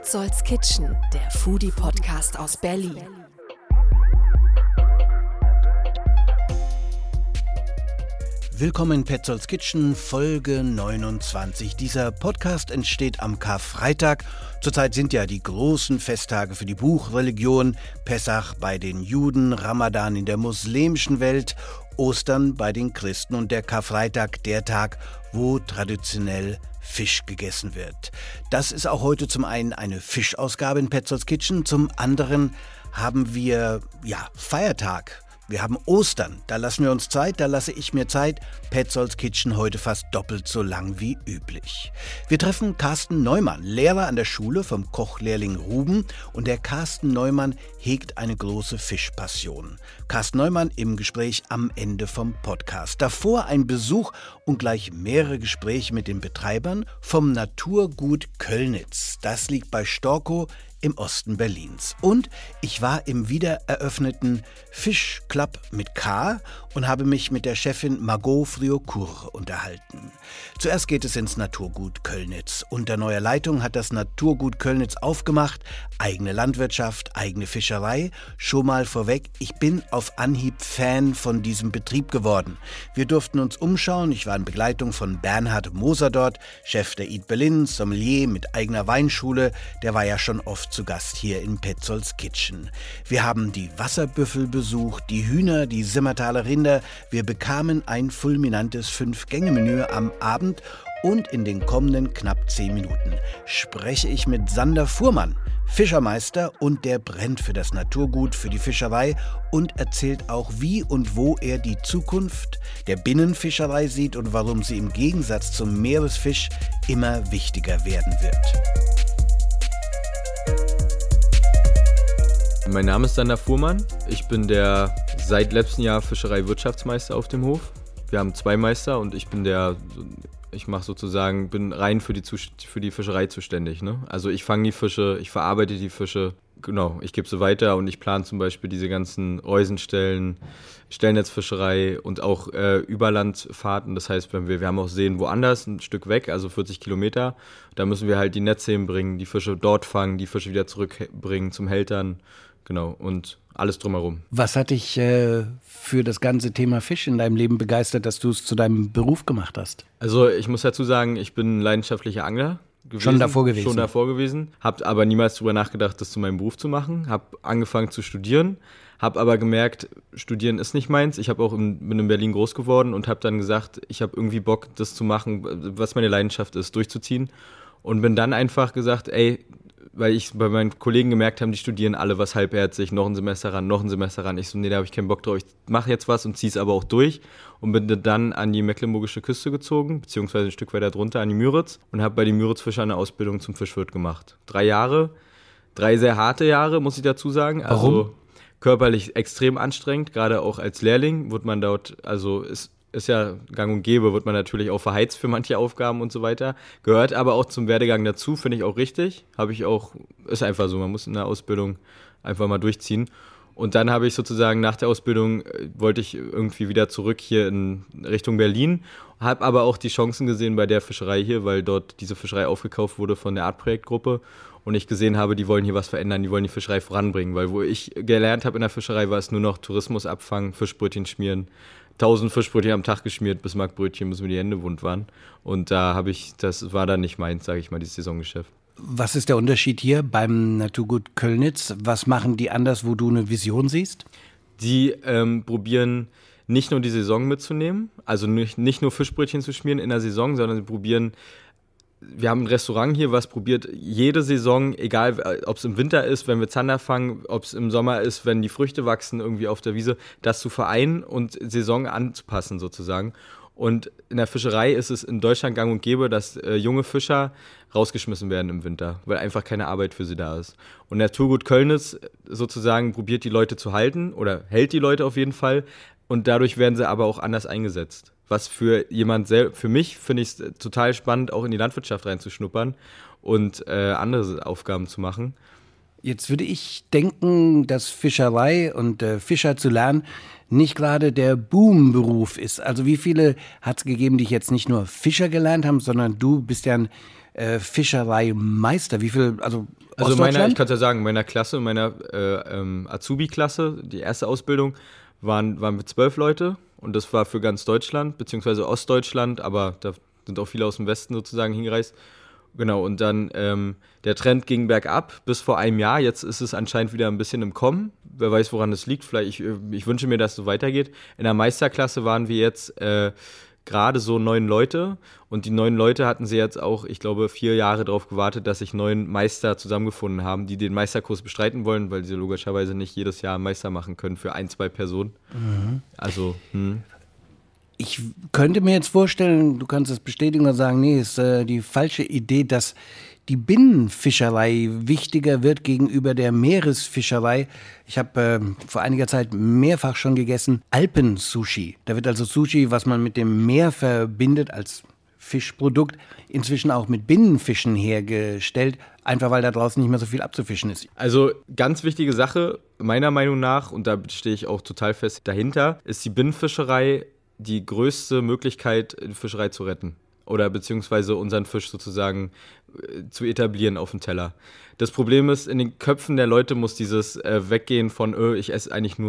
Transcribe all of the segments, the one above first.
Petzolds Kitchen, der Foodie-Podcast aus Berlin. Willkommen in Petzolds Kitchen, Folge 29. Dieser Podcast entsteht am Karfreitag. Zurzeit sind ja die großen Festtage für die Buchreligion, Pessach bei den Juden, Ramadan in der muslimischen Welt, Ostern bei den Christen und der Karfreitag der Tag, wo traditionell Fisch gegessen wird. Das ist auch heute zum einen eine Fischausgabe in Petzolds Kitchen, zum anderen haben wir Feiertag. Wir haben Ostern, da lassen wir uns Zeit, da lasse ich mir Zeit. Petzolds Kitchen heute fast doppelt so lang wie üblich. Wir treffen Carsten Neumann, Lehrer an der Schule vom Kochlehrling Ruben. Und der Carsten Neumann hegt eine große Fischpassion. Carsten Neumann im Gespräch am Ende vom Podcast. Davor ein Besuch und gleich mehrere Gespräche mit den Betreibern vom Naturgut Köllnitz. Das liegt bei Storkow im Osten Berlins. Und ich war im wiedereröffneten Fish Club mit K und habe mich mit der Chefin Margot Friocourt unterhalten. Zuerst geht es ins Naturgut Köllnitz. Unter neuer Leitung hat das Naturgut Köllnitz aufgemacht. Eigene Landwirtschaft, eigene Fischerei. Schon mal vorweg, ich bin auf Anhieb Fan von diesem Betrieb geworden. Wir durften uns umschauen. Ich war in Begleitung von Bernhard Moser dort, Chef der Eat Berlin, Sommelier mit eigener Weinschule. Der war ja schon oft zu Gast hier in Petzolds Kitchen. Wir haben die Wasserbüffel besucht, die Hühner, die Simmertaler Rinder. Wir bekamen ein fulminantes 5-Gänge-Menü am Abend und in den kommenden knapp 10 Minuten spreche ich mit Sander Fuhrmann, Fischermeister, und der brennt für das Naturgut, für die Fischerei und erzählt auch, wie und wo er die Zukunft der Binnenfischerei sieht und warum sie im Gegensatz zum Meeresfisch immer wichtiger werden wird. Mein Name ist Sander Fuhrmann. Ich bin der seit letztem Jahr Fischerei-Wirtschaftsmeister auf dem Hof. Wir haben 2 Meister und bin rein für die Fischerei zuständig. Ne? Also ich fange die Fische, ich verarbeite die Fische, genau, ich gebe sie weiter und ich plane zum Beispiel diese ganzen Reusenstellen, Stellnetzfischerei und auch Überlandfahrten. Das heißt, wir haben auch Seen woanders, ein Stück weg, also 40 Kilometer. Da müssen wir halt die Netze hinbringen, die Fische dort fangen, die Fische wieder zurückbringen zum Hältern. Genau, und alles drumherum. Was hat dich für das ganze Thema Fisch in deinem Leben begeistert, dass du es zu deinem Beruf gemacht hast? Also ich muss dazu sagen, ich bin ein leidenschaftlicher Angler gewesen. Schon davor gewesen? Habe aber niemals darüber nachgedacht, das zu meinem Beruf zu machen. Habe angefangen zu studieren, habe aber gemerkt, Studieren ist nicht meins. Ich bin in Berlin groß geworden und habe dann gesagt, ich habe irgendwie Bock, das zu machen, was meine Leidenschaft ist, durchzuziehen. Und bin dann einfach gesagt, weil ich bei meinen Kollegen gemerkt habe, die studieren alle was halbherzig, noch ein Semester ran. Ich so, nee, da habe ich keinen Bock drauf. Ich mache jetzt was und ziehe es aber auch durch. Und bin dann an die mecklenburgische Küste gezogen, beziehungsweise ein Stück weiter drunter an die Müritz und habe bei den Müritzfischern eine Ausbildung zum Fischwirt gemacht. 3 Jahre, 3 sehr harte Jahre, muss ich dazu sagen. Warum? Also körperlich extrem anstrengend, gerade auch als Lehrling wird man dort, also ist ja gang und gäbe, wird man natürlich auch verheizt für manche Aufgaben und so weiter. Gehört aber auch zum Werdegang dazu, finde ich auch richtig. Ist einfach so, man muss in der Ausbildung einfach mal durchziehen. Und dann habe ich sozusagen nach der Ausbildung, wollte ich irgendwie wieder zurück hier in Richtung Berlin, habe aber auch die Chancen gesehen bei der Fischerei hier, weil dort diese Fischerei aufgekauft wurde von der Artprojektgruppe und ich gesehen habe, die wollen hier was verändern, die wollen die Fischerei voranbringen, weil wo ich gelernt habe in der Fischerei, war es nur noch Tourismus abfangen, Fischbrötchen schmieren, 1000 Fischbrötchen am Tag geschmiert, Bismarckbrötchen, bis mir die Hände wund waren. Und das war dann nicht meins, sage ich mal, dieses Saisongeschäft. Was ist der Unterschied hier beim Naturgut Köllnitz? Was machen die anders, wo du eine Vision siehst? Die probieren nicht nur die Saison mitzunehmen, also nicht nur Fischbrötchen zu schmieren in der Saison, sondern sie probieren, wir haben ein Restaurant hier, was probiert jede Saison, egal ob es im Winter ist, wenn wir Zander fangen, ob es im Sommer ist, wenn die Früchte wachsen irgendwie auf der Wiese, das zu vereinen und Saison anzupassen sozusagen. Und in der Fischerei ist es in Deutschland gang und gäbe, dass junge Fischer rausgeschmissen werden im Winter, weil einfach keine Arbeit für sie da ist. Und Naturgut Köllnitz sozusagen probiert die Leute zu halten oder hält die Leute auf jeden Fall und dadurch werden sie aber auch anders eingesetzt. Was für mich finde ich es total spannend, auch in die Landwirtschaft reinzuschnuppern und andere Aufgaben zu machen. Jetzt würde ich denken, dass Fischerei und Fischer zu lernen nicht gerade der Boom-Beruf ist. Also wie viele hat es gegeben, die jetzt nicht nur Fischer gelernt haben, sondern du bist ja ein Fischereimeister. Wie viel, also ich kann es ja sagen, in meiner Klasse, in meiner Azubi-Klasse, die erste Ausbildung, waren wir 12 Leute und das war für ganz Deutschland, beziehungsweise Ostdeutschland, aber da sind auch viele aus dem Westen sozusagen hingereist. Genau, und dann der Trend ging bergab bis vor einem Jahr. Jetzt ist es anscheinend wieder ein bisschen im Kommen. Wer weiß, woran es liegt. Vielleicht, ich wünsche mir, dass es so weitergeht. In der Meisterklasse waren wir jetzt gerade so 9 Leute. Und die 9 Leute hatten sie jetzt auch, ich glaube, 4 Jahre darauf gewartet, dass sich 9 Meister zusammengefunden haben, die den Meisterkurs bestreiten wollen, weil sie logischerweise nicht jedes Jahr Meister machen können für 1, 2 Personen. Mhm. Also, Ich könnte mir jetzt vorstellen, du kannst es bestätigen oder sagen, nee, ist die falsche Idee, dass die Binnenfischerei wichtiger wird gegenüber der Meeresfischerei. Ich habe vor einiger Zeit mehrfach schon gegessen Alpensushi. Da wird also Sushi, was man mit dem Meer verbindet als Fischprodukt, inzwischen auch mit Binnenfischen hergestellt, einfach weil da draußen nicht mehr so viel abzufischen ist. Also ganz wichtige Sache, meiner Meinung nach, und da stehe ich auch total fest dahinter, ist die Binnenfischerei die größte Möglichkeit, die Fischerei zu retten. Oder beziehungsweise unseren Fisch sozusagen zu etablieren auf dem Teller. Das Problem ist, in den Köpfen der Leute muss dieses Weggehen von, ich esse eigentlich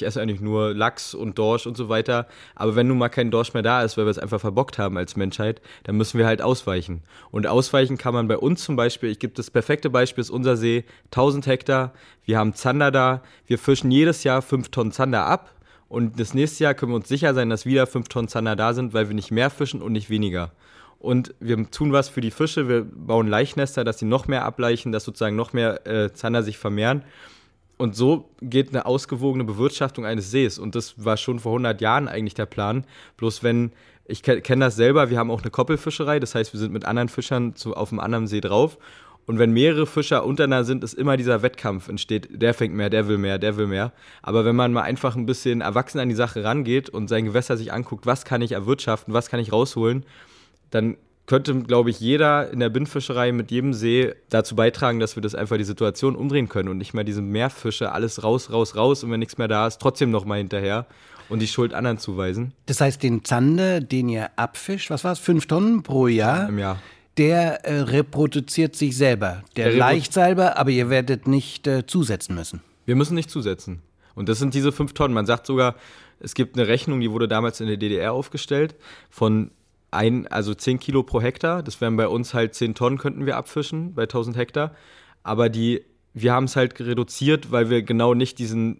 nur Lachs und Dorsch und so weiter. Aber wenn nun mal kein Dorsch mehr da ist, weil wir es einfach verbockt haben als Menschheit, dann müssen wir halt ausweichen. Und ausweichen kann man bei uns zum Beispiel, ich gebe das perfekte Beispiel, ist unser See, 1000 Hektar, wir haben Zander da, wir fischen jedes Jahr 5 Tonnen Zander ab. Und das nächste Jahr können wir uns sicher sein, dass wieder 5 Tonnen Zander da sind, weil wir nicht mehr fischen und nicht weniger. Und wir tun was für die Fische, wir bauen Laichnester, dass sie noch mehr ableichen, dass sozusagen noch mehr Zander sich vermehren. Und so geht eine ausgewogene Bewirtschaftung eines Sees. Und das war schon vor 100 Jahren eigentlich der Plan. Bloß ich kenne das selber, wir haben auch eine Koppelfischerei, das heißt, wir sind mit anderen Fischern auf einem anderen See drauf. Und wenn mehrere Fischer untereinander sind, ist immer dieser Wettkampf entsteht, der fängt mehr, der will mehr, der will mehr. Aber wenn man mal einfach ein bisschen erwachsen an die Sache rangeht und sein Gewässer sich anguckt, was kann ich erwirtschaften, was kann ich rausholen, dann könnte, glaube ich, jeder in der Binnenfischerei mit jedem See dazu beitragen, dass wir das einfach die Situation umdrehen können und nicht mehr diese Meerfische, alles raus und wenn nichts mehr da ist, trotzdem noch mal hinterher und die Schuld anderen zuweisen. Das heißt, den Zander, den ihr abfischt, was war es, 5 Tonnen pro Jahr? Im Jahr. Der reproduziert sich selber. Der leicht selber, aber ihr werdet nicht zusetzen müssen. Wir müssen nicht zusetzen. Und das sind diese 5 Tonnen. Man sagt sogar, es gibt eine Rechnung, die wurde damals in der DDR aufgestellt, von 10 Kilo pro Hektar. Das wären bei uns halt 10 Tonnen, könnten wir abfischen bei 1000 Hektar. Aber wir haben es halt reduziert, weil wir genau nicht diese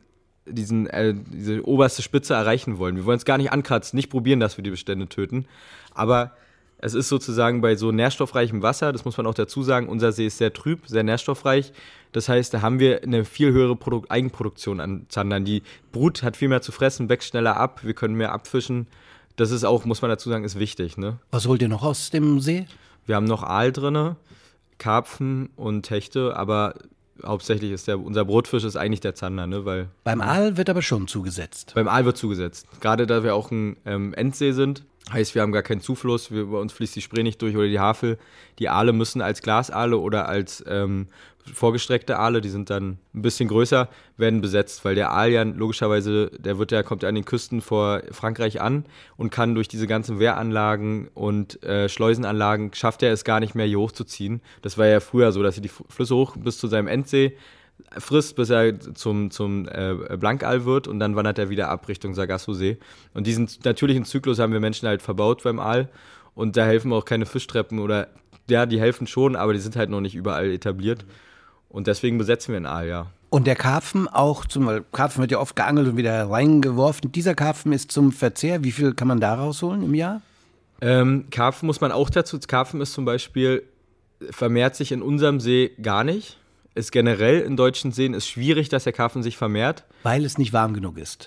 oberste Spitze erreichen wollen. Wir wollen es gar nicht ankratzen, nicht probieren, dass wir die Bestände töten. Aber es ist sozusagen bei so nährstoffreichem Wasser, das muss man auch dazu sagen, unser See ist sehr trüb, sehr nährstoffreich. Das heißt, da haben wir eine viel höhere Eigenproduktion an Zandern. Die Brut hat viel mehr zu fressen, wächst schneller ab, wir können mehr abfischen. Das ist auch, muss man dazu sagen, ist wichtig. Ne? Was holt ihr noch aus dem See? Wir haben noch Aal drin, Karpfen und Hechte, aber hauptsächlich ist unser Brotfisch ist eigentlich der Zander. Ne? Weil, beim Aal wird aber schon zugesetzt. Beim Aal wird zugesetzt. Gerade da wir auch ein Endsee sind. Heißt, wir haben gar keinen Zufluss, bei uns fließt die Spree nicht durch oder die Havel. Die Aale müssen als Glasaale oder als vorgestreckte Aale, die sind dann ein bisschen größer, werden besetzt, weil der Aal ja logischerweise, kommt ja an den Küsten vor Frankreich an und kann durch diese ganzen Wehranlagen und Schleusenanlagen, schafft er es gar nicht mehr hier hochzuziehen. Das war ja früher so, dass er die Flüsse hoch bis zu seinem Endsee frisst, bis er zum Blankaal wird und dann wandert er wieder ab Richtung Sargassosee. Und diesen natürlichen Zyklus haben wir Menschen halt verbaut beim Aal und da helfen auch keine Fischtreppen oder, ja, die helfen schon, aber die sind halt noch nicht überall etabliert und deswegen besetzen wir einen Aal, ja. Und der Karpfen auch, Karpfen wird ja oft geangelt und wieder reingeworfen. Dieser Karpfen ist zum Verzehr, wie viel kann man da rausholen im Jahr? Karpfen muss man auch dazu, Karpfen ist zum Beispiel, vermehrt sich in unserem See gar nicht. Ist generell in deutschen Seen ist schwierig, dass der Karpfen sich vermehrt. Weil es nicht warm genug ist.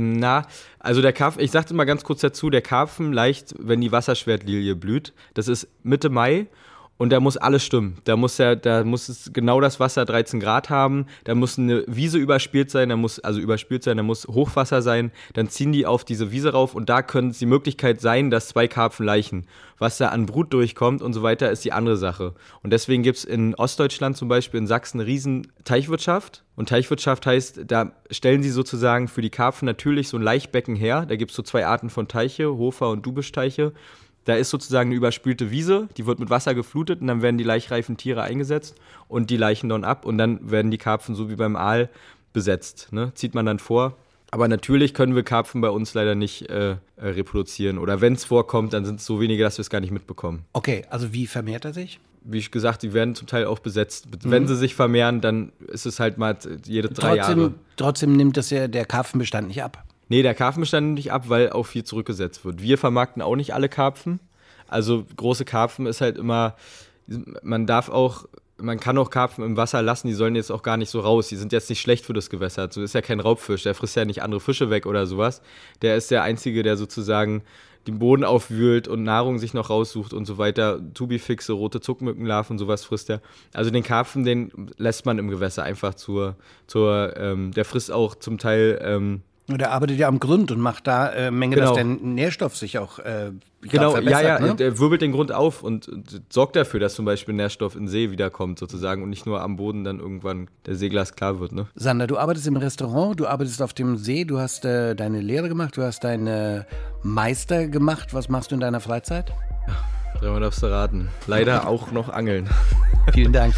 Also der Karpfen, ich sagte mal ganz kurz dazu, der Karpfen leicht, wenn die Wasserschwertlilie blüht, das ist Mitte Mai und da muss alles stimmen. Da muss es genau das Wasser 13 Grad haben, da muss eine Wiese überspült sein, da muss Hochwasser sein, dann ziehen die auf diese Wiese rauf und da könnte es die Möglichkeit sein, dass 2 Karpfen laichen. Was da an Brut durchkommt und so weiter, ist die andere Sache. Und deswegen gibt es in Ostdeutschland zum Beispiel in Sachsen eine riesen Teichwirtschaft. Und Teichwirtschaft heißt, da stellen sie sozusagen für die Karpfen natürlich so ein Laichbecken her. Da gibt es so 2 Arten von Teiche, Hofer- und Dubisch-Teiche. Da ist sozusagen eine überspülte Wiese, die wird mit Wasser geflutet und dann werden die laichreifen Tiere eingesetzt und die Leichen dann ab und dann werden die Karpfen so wie beim Aal besetzt. Ne? Zieht man dann vor. Aber natürlich können wir Karpfen bei uns leider nicht reproduzieren. Oder wenn es vorkommt, dann sind es so wenige, dass wir es gar nicht mitbekommen. Okay, also wie vermehrt er sich? Wie ich gesagt, die werden zum Teil auch besetzt. Wenn sie sich vermehren, dann ist es halt mal jede 3 Jahre. Trotzdem nimmt das ja der Karpfenbestand nicht ab. Nee, der Karpfenbestand nimmt nicht ab, weil auch viel zurückgesetzt wird. Wir vermarkten auch nicht alle Karpfen. Also große Karpfen ist halt immer, man kann auch Karpfen im Wasser lassen, die sollen jetzt auch gar nicht so raus. Die sind jetzt nicht schlecht für das Gewässer. So ist ja kein Raubfisch, der frisst ja nicht andere Fische weg oder sowas. Der ist der Einzige, der sozusagen den Boden aufwühlt und Nahrung sich noch raussucht und so weiter. Tubifixe, rote Zuckmückenlarven, sowas frisst er. Also den Karpfen, den lässt man im Gewässer einfach der frisst auch zum Teil Der arbeitet ja am Grund und macht da Menge, genau. dass der Nährstoff sich auch verbessert. Ne? Der wirbelt den Grund auf und sorgt dafür, dass zum Beispiel Nährstoff in den See wiederkommt sozusagen und nicht nur am Boden dann irgendwann der Seeglas klar wird. Ne? Sander, du arbeitest im Restaurant, du arbeitest auf dem See, du hast deine Lehre gemacht, du hast deine Meister gemacht. Was machst du in deiner Freizeit? Dreimal darfst du raten. Leider auch noch angeln. Vielen Dank.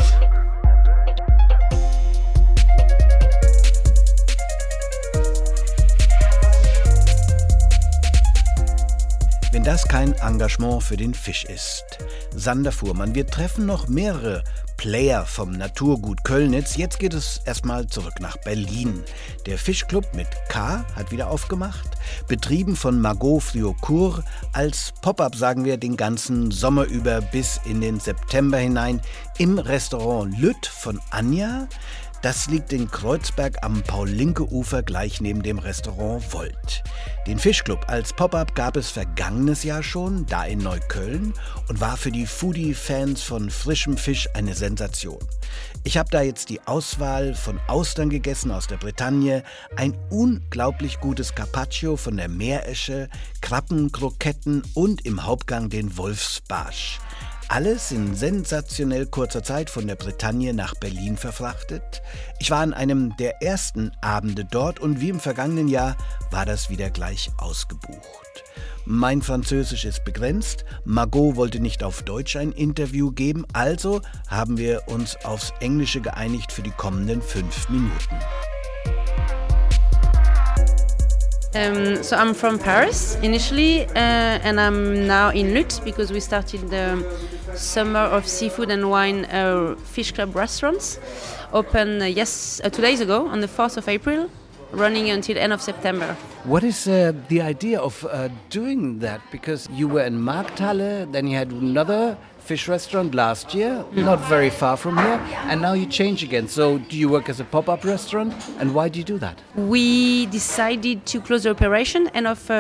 Wenn das kein Engagement für den Fisch ist. Sander Fuhrmann, wir treffen noch mehrere Player vom Naturgut Köllnitz. Jetzt geht es erstmal zurück nach Berlin. Der Fischclub mit K hat wieder aufgemacht. Betrieben von Margot Friocourt. Als Pop-up sagen wir den ganzen Sommer über bis in den September hinein. Im Restaurant Lütt von Anja. Das liegt in Kreuzberg am Paul-Linke-Ufer gleich neben dem Restaurant Volt. Den Fischclub als Pop-up gab es vergangenes Jahr schon, da in Neukölln, und war für die Foodie-Fans von frischem Fisch eine Sensation. Ich habe da jetzt die Auswahl von Austern gegessen aus der Bretagne, ein unglaublich gutes Carpaccio von der Meeresche, Krabben, Kroketten und im Hauptgang den Wolfsbarsch. Alles in sensationell kurzer Zeit von der Bretagne nach Berlin verfrachtet. Ich war an einem der ersten Abende dort und wie im vergangenen Jahr war das wieder gleich ausgebucht. Mein Französisch ist begrenzt, Margot wollte nicht auf Deutsch ein Interview geben, also haben wir uns aufs Englische geeinigt für die kommenden 5 Minuten. So I'm from Paris initially, and I'm now in Lütt because we started the Summer of Seafood and Wine Fish Club restaurants, open 2 days ago on the 4th of April, running until end of September. What is the idea of doing that? Because you were in Markthalle, then you had another fish restaurant last year, not very far from here, and now you change again. So do you work as a pop-up restaurant, and why do you do that? We decided to close the operation end of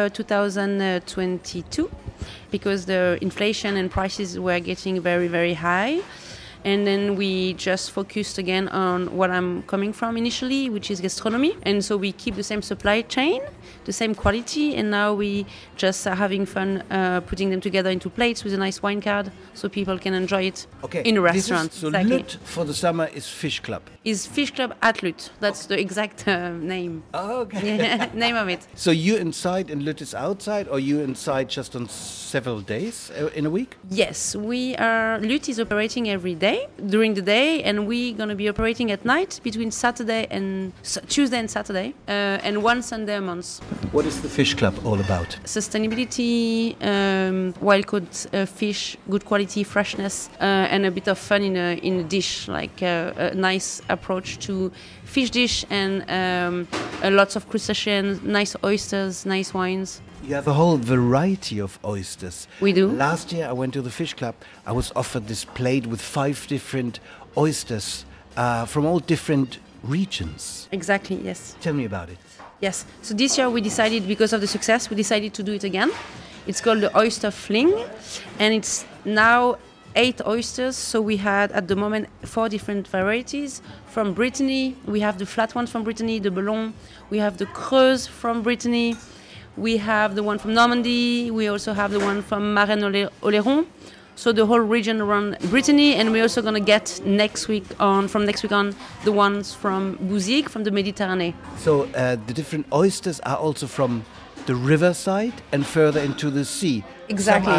2022 because the inflation and prices were getting very, very high. And then we just focused again on what I'm coming from initially, which is gastronomy. And so we keep the same supply chain, the same quality, and now we just are having fun putting them together into plates with a nice wine card so people can enjoy it in a restaurant. So Lütt for the summer is Fish Club. Is Fish Club at Lütt. That's the exact name. Oh, okay. Name of it. So you inside and Lütt is outside, or you inside just on several days in a week? Yes, Lütt is operating every day during the day, and we're going to be operating at night between Tuesday and Saturday, and one Sunday a month. What is the Fish Club all about? Sustainability, wild-caught fish, good quality, freshness, and a bit of fun in a dish, like a nice approach to fish dish and lots of crustaceans, nice oysters, nice wines. You have a whole variety of oysters. We do. Last year I went to the Fish Club. I was offered this plate with 5 different oysters from all different regions. Exactly, yes. Tell me about it. Yes. So this year we decided, because of the success, we decided to do it again. It's called the Oyster Fling, and it's now 8 oysters. So we had at the moment 4 different varieties. From Brittany, we have the flat ones from Brittany, the Bellon. We have the Creuse from Brittany. We have the one from Normandy. We also have the one from Marennes-Oléron. So the whole region around Brittany, and we're also going to get from next week on, the ones from Bouzic, from the Mediterranean. So the different oysters are also from the riverside and further into the sea. Exactly.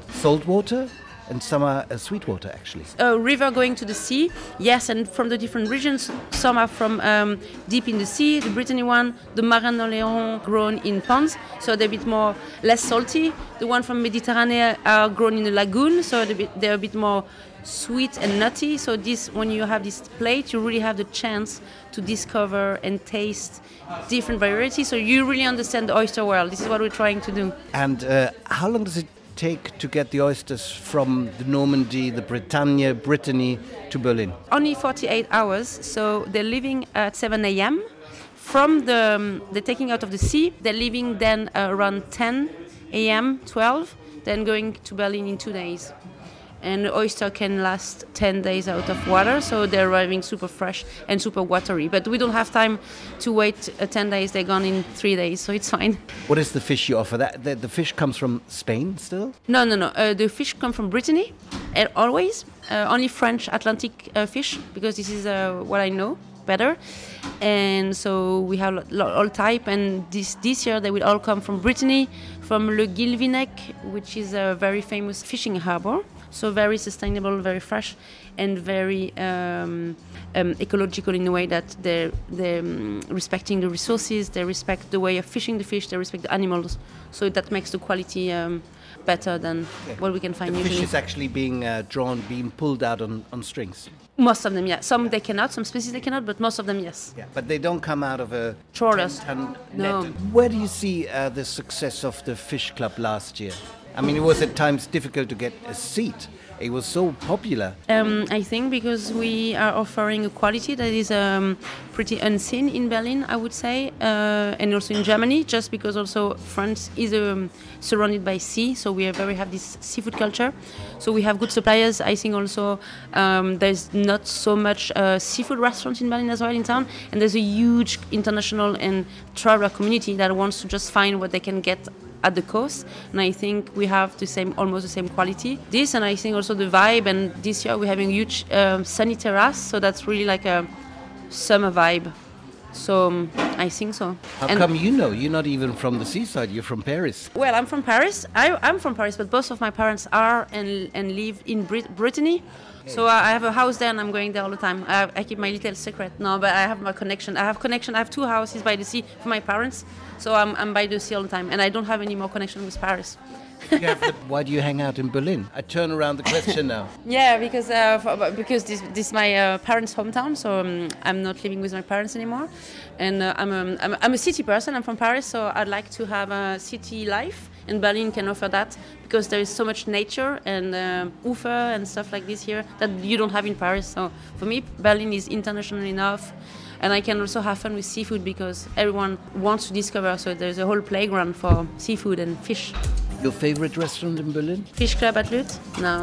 salt water and some are sweet water, actually. River going to the sea, yes, and from the different regions, some are from deep in the sea, the Brittany one, the Marin-Oléron grown in ponds, so they're a bit more less salty. The one from Mediterranean are grown in a lagoon, so they're a bit more sweet and nutty. So this, when you have this plate, you really have the chance to discover and taste different varieties. So you really understand the oyster world. This is what we're trying to do. And how long does it take to get the oysters from the Normandy, the Bretagne, Brittany to Berlin? Only 48 hours. So they're leaving at 7 a.m. From the taking out of the sea. They're leaving then around 10 a.m., 12, then going to Berlin in 2 days. And the oyster can last 10 days out of water, so they're arriving super fresh and super watery. But we don't have time to wait 10 days, they're gone in 3 days, so it's fine. What is the fish you offer? The fish comes from Spain still? No. The fish come from Brittany, always. Only French Atlantic fish, because this is what I know better. And so we have all type, and this year they will all come from Brittany, from Le Guilvinec, which is a very famous fishing harbor. So very sustainable, very fresh, and very ecological in a way that they're respecting the resources, they respect the way of fishing the fish, they respect the animals. So that makes the quality better than what we can find usually. The fish is actually being pulled out on strings? Most of them, yeah. Some they cannot, some species they cannot, but most of them, yes. Yeah, but they don't come out of a trawlers. 10-ton No. net. Where do you see the success of the Fish Club last year? I mean, it was at times difficult to get a seat. It was so popular. I think because we are offering a quality that is pretty unseen in Berlin, I would say, and also in Germany, just because also France is surrounded by sea, so we have this seafood culture. So we have good suppliers. I think also there's not so much seafood restaurants in Berlin as well in town, and there's a huge international and traveler community that wants to just find what they can get at the coast, and I think we have almost the same quality. This, and I think also the vibe, and this year we're having a huge sunny terrace, so that's really like a summer vibe. So I think so. How come you know? You're not even from the seaside, you're from Paris. Well, I'm from Paris. I'm from Paris, but both of my parents are and live in Brittany. So I have a house there, and I'm going there all the time. I keep my little secret. No, but I have my connection. I have 2 houses by the sea for my parents. So I'm by the sea all the time, and I don't have any more connection with Paris. Why do you hang out in Berlin? I turn around the question now. Yeah, because this is my parents' hometown, so I'm not living with my parents anymore, and I'm a city person. I'm from Paris, so I'd like to have a city life, and Berlin can offer that because there is so much nature and Ufer and stuff like this here that you don't have in Paris. So for me, Berlin is international enough. And I can also have fun with seafood because everyone wants to discover, so there's a whole playground for seafood and fish. Your favorite restaurant in Berlin? Fish Club at Lüth? No.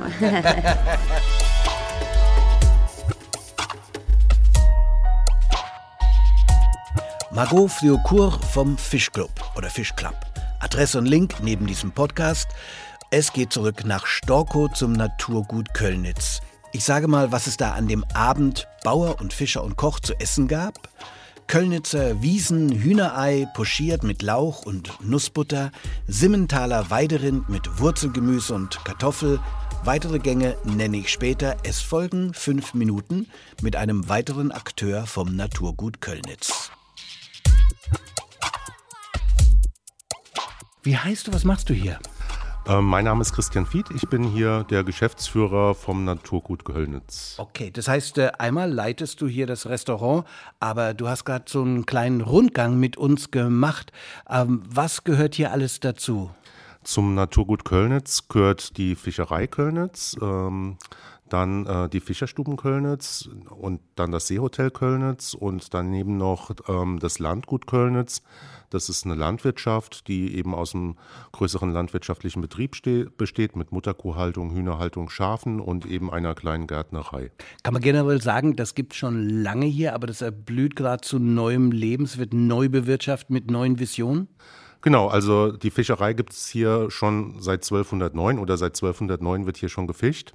Margot Fliocourt vom Fischclub oder Fischclub. Adresse und Link neben diesem Podcast. Es geht zurück nach Storkow zum Naturgut Köllnitz. Ich sage mal, was es da an dem Abend Bauer und Fischer und Koch zu essen gab. Köllnitzer Wiesen, Hühnerei, pochiert mit Lauch und Nussbutter, Simmentaler Weiderind mit Wurzelgemüse und Kartoffel. Weitere Gänge nenne ich später. Es folgen 5 Minuten mit einem weiteren Akteur vom Naturgut Köllnitz. Wie heißt du, was machst du hier? Mein Name ist Christian Fied, ich bin hier der Geschäftsführer vom Naturgut Köllnitz. Okay, das heißt, einmal leitest du hier das Restaurant, aber du hast gerade so einen kleinen Rundgang mit uns gemacht. Was gehört hier alles dazu? Zum Naturgut Köllnitz gehört die Fischerei Köllnitz, dann die Fischerstuben Köllnitz und dann das Seehotel Köllnitz und daneben noch das Landgut Köllnitz. Das ist eine Landwirtschaft, die eben aus einem größeren landwirtschaftlichen Betrieb besteht, mit Mutterkuhhaltung, Hühnerhaltung, Schafen und eben einer kleinen Gärtnerei. Kann man generell sagen, das gibt es schon lange hier, aber das erblüht gerade zu neuem Leben, es wird neu bewirtschaftet mit neuen Visionen? Genau, also die Fischerei gibt es hier schon seit 1209 oder seit 1209 wird hier schon gefischt.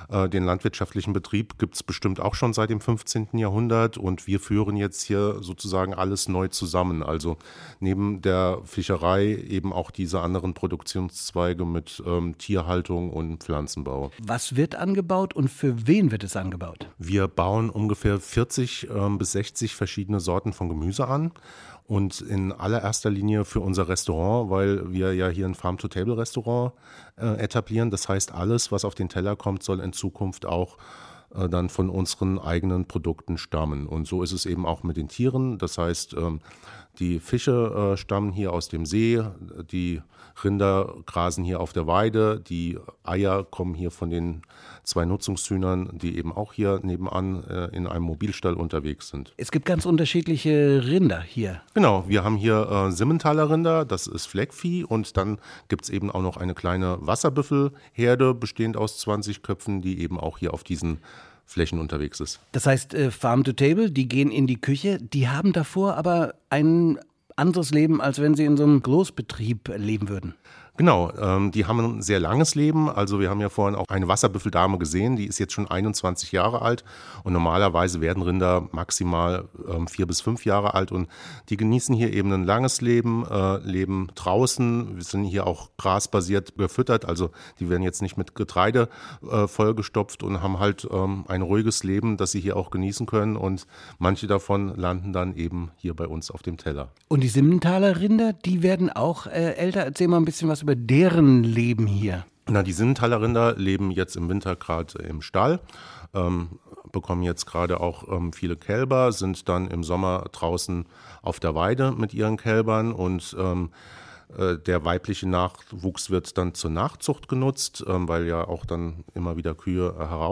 Den landwirtschaftlichen Betrieb gibt es bestimmt auch schon seit dem 15. Jahrhundert und wir führen jetzt hier sozusagen alles neu zusammen. Also neben der Fischerei eben auch diese anderen Produktionszweige mit Tierhaltung und Pflanzenbau. Was wird angebaut und für wen wird es angebaut? Wir bauen ungefähr 40 bis 60 verschiedene Sorten von Gemüse an. Und in allererster Linie für unser Restaurant, weil wir ja hier ein Farm-to-Table-Restaurant etablieren. Das heißt, alles, was auf den Teller kommt, soll in Zukunft auch dann von unseren eigenen Produkten stammen. Und so ist es eben auch mit den Tieren. Das heißt, die Fische stammen hier aus dem See, die Rinder grasen hier auf der Weide, die Eier kommen hier von den 2 Nutzungshühnern, die eben auch hier nebenan in einem Mobilstall unterwegs sind. Es gibt ganz unterschiedliche Rinder hier. Genau, wir haben hier Simmentaler Rinder, das ist Fleckvieh und dann gibt es eben auch noch eine kleine Wasserbüffelherde, bestehend aus 20 Köpfen, die eben auch hier auf diesen Flächen unterwegs ist. Das heißt, Farm to Table, die gehen in die Küche, die haben davor aber ein anderes Leben, als wenn sie in so einem Großbetrieb leben würden. Genau, die haben ein sehr langes Leben. Also wir haben ja vorhin auch eine Wasserbüffeldame gesehen, die ist jetzt schon 21 Jahre alt und normalerweise werden Rinder maximal 4 bis 5 Jahre alt und die genießen hier eben ein langes Leben, leben draußen. Wir sind hier auch grasbasiert gefüttert, also die werden jetzt nicht mit Getreide vollgestopft und haben halt ein ruhiges Leben, das sie hier auch genießen können und manche davon landen dann eben hier bei uns auf dem Teller. Und die Simmentaler Rinder, die werden auch älter. Erzähl mal ein bisschen was über deren Leben hier. Na, die Simmentaler Rinder leben jetzt im Winter gerade im Stall, bekommen jetzt gerade auch viele Kälber, sind dann im Sommer draußen auf der Weide mit ihren Kälbern und der weibliche Nachwuchs wird dann zur Nachzucht genutzt, weil ja auch dann immer wieder Kühe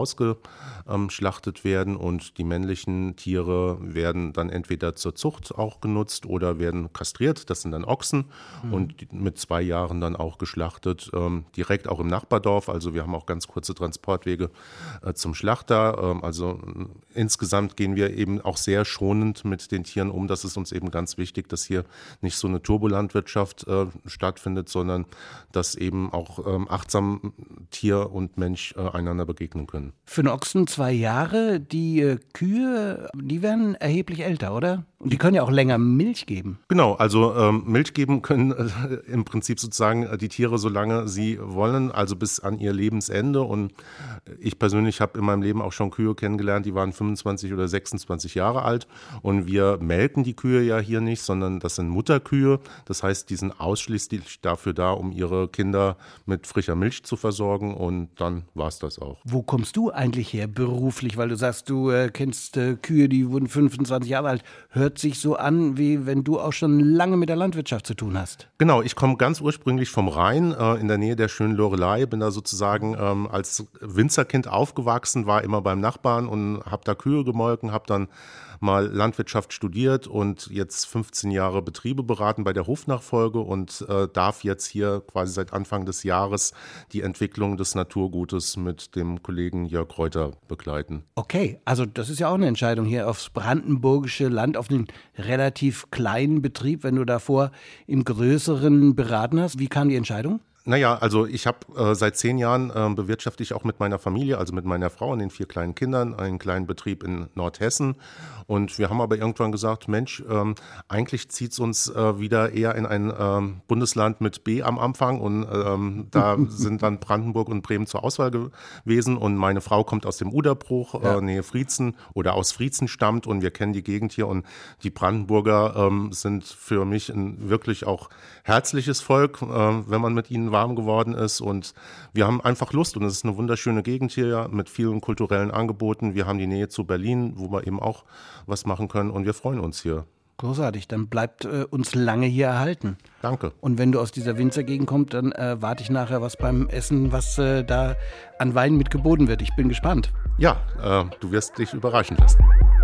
herausgeschlachtet werden und die männlichen Tiere werden dann entweder zur Zucht auch genutzt oder werden kastriert, das sind dann Ochsen und mit 2 Jahren dann auch geschlachtet, direkt auch im Nachbardorf, also wir haben auch ganz kurze Transportwege zum Schlachter, also insgesamt gehen wir eben auch sehr schonend mit den Tieren um, das ist uns eben ganz wichtig, dass hier nicht so eine Turbolandwirtschaft stattfindet, sondern dass eben auch achtsam Tier und Mensch einander begegnen können. Für einen Ochsen 2 Jahre, die Kühe, die werden erheblich älter, oder? Und die können ja auch länger Milch geben. Genau, also Milch geben können im Prinzip sozusagen die Tiere, solange sie wollen, also bis an ihr Lebensende. Und ich persönlich habe in meinem Leben auch schon Kühe kennengelernt, die waren 25 oder 26 Jahre alt. Und wir melken die Kühe ja hier nicht, sondern das sind Mutterkühe. Das heißt, die sind ausschließlich dafür da, um ihre Kinder mit frischer Milch zu versorgen. Und dann war es das auch. Wo kommst du eigentlich her beruflich? Weil du sagst, du kennst Kühe, die wurden 25 Jahre alt. Hört sich so an, wie wenn du auch schon lange mit der Landwirtschaft zu tun hast. Genau, ich komme ganz ursprünglich vom Rhein, in der Nähe der schönen Loreley, bin da sozusagen als Winzerkind aufgewachsen, war immer beim Nachbarn und habe da Kühe gemolken, habe dann mal Landwirtschaft studiert und jetzt 15 Jahre Betriebe beraten bei der Hofnachfolge und darf jetzt hier quasi seit Anfang des Jahres die Entwicklung des Naturgutes mit dem Kollegen Jörg Reuter begleiten. Okay, also das ist ja auch eine Entscheidung hier aufs brandenburgische Land, auf den relativ kleinen Betrieb, wenn du davor im größeren beraten hast. Wie kam die Entscheidung? Naja, also ich habe seit 10 Jahren bewirtschafte ich auch mit meiner Familie, also mit meiner Frau und den 4 kleinen Kindern, einen kleinen Betrieb in Nordhessen. Und wir haben aber irgendwann gesagt, Mensch, eigentlich zieht es uns wieder eher in ein Bundesland mit B am Anfang. Und da sind dann Brandenburg und Bremen zur Auswahl gewesen. Und meine Frau kommt aus dem Uderbruch, Nähe Friezen oder aus Friezen stammt. Und wir kennen die Gegend hier. Und die Brandenburger sind für mich ein wirklich auch herzliches Volk, wenn man mit ihnen warm geworden ist und wir haben einfach Lust und es ist eine wunderschöne Gegend hier mit vielen kulturellen Angeboten. Wir haben die Nähe zu Berlin, wo wir eben auch was machen können und wir freuen uns hier. Großartig, dann bleibt uns lange hier erhalten. Danke. Und wenn du aus dieser Winzergegend kommst, dann warte ich nachher was beim Essen, was da an Wein mit geboten wird. Ich bin gespannt. Ja, du wirst dich überraschen lassen.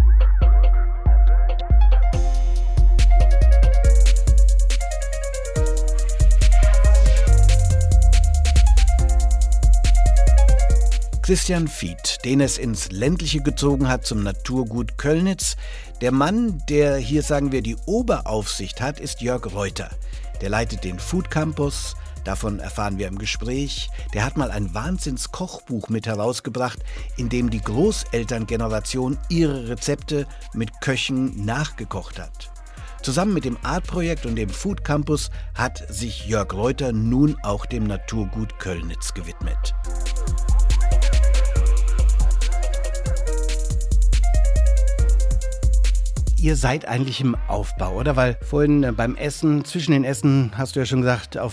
Christian Fied, den es ins Ländliche gezogen hat zum Naturgut Köllnitz. Der Mann, der hier, sagen wir, die Oberaufsicht hat, ist Jörg Reuter. Der leitet den Food Campus, Davon erfahren wir im Gespräch. Der hat mal ein Wahnsinns-Kochbuch mit herausgebracht, in dem die Großelterngeneration ihre Rezepte mit Köchen nachgekocht hat. Zusammen mit dem Art-Projekt und dem Food Campus hat sich Jörg Reuter nun auch dem Naturgut Köllnitz gewidmet. Ihr seid eigentlich im Aufbau, oder? Weil vorhin beim Essen, zwischen den Essen, hast du ja schon gesagt, auf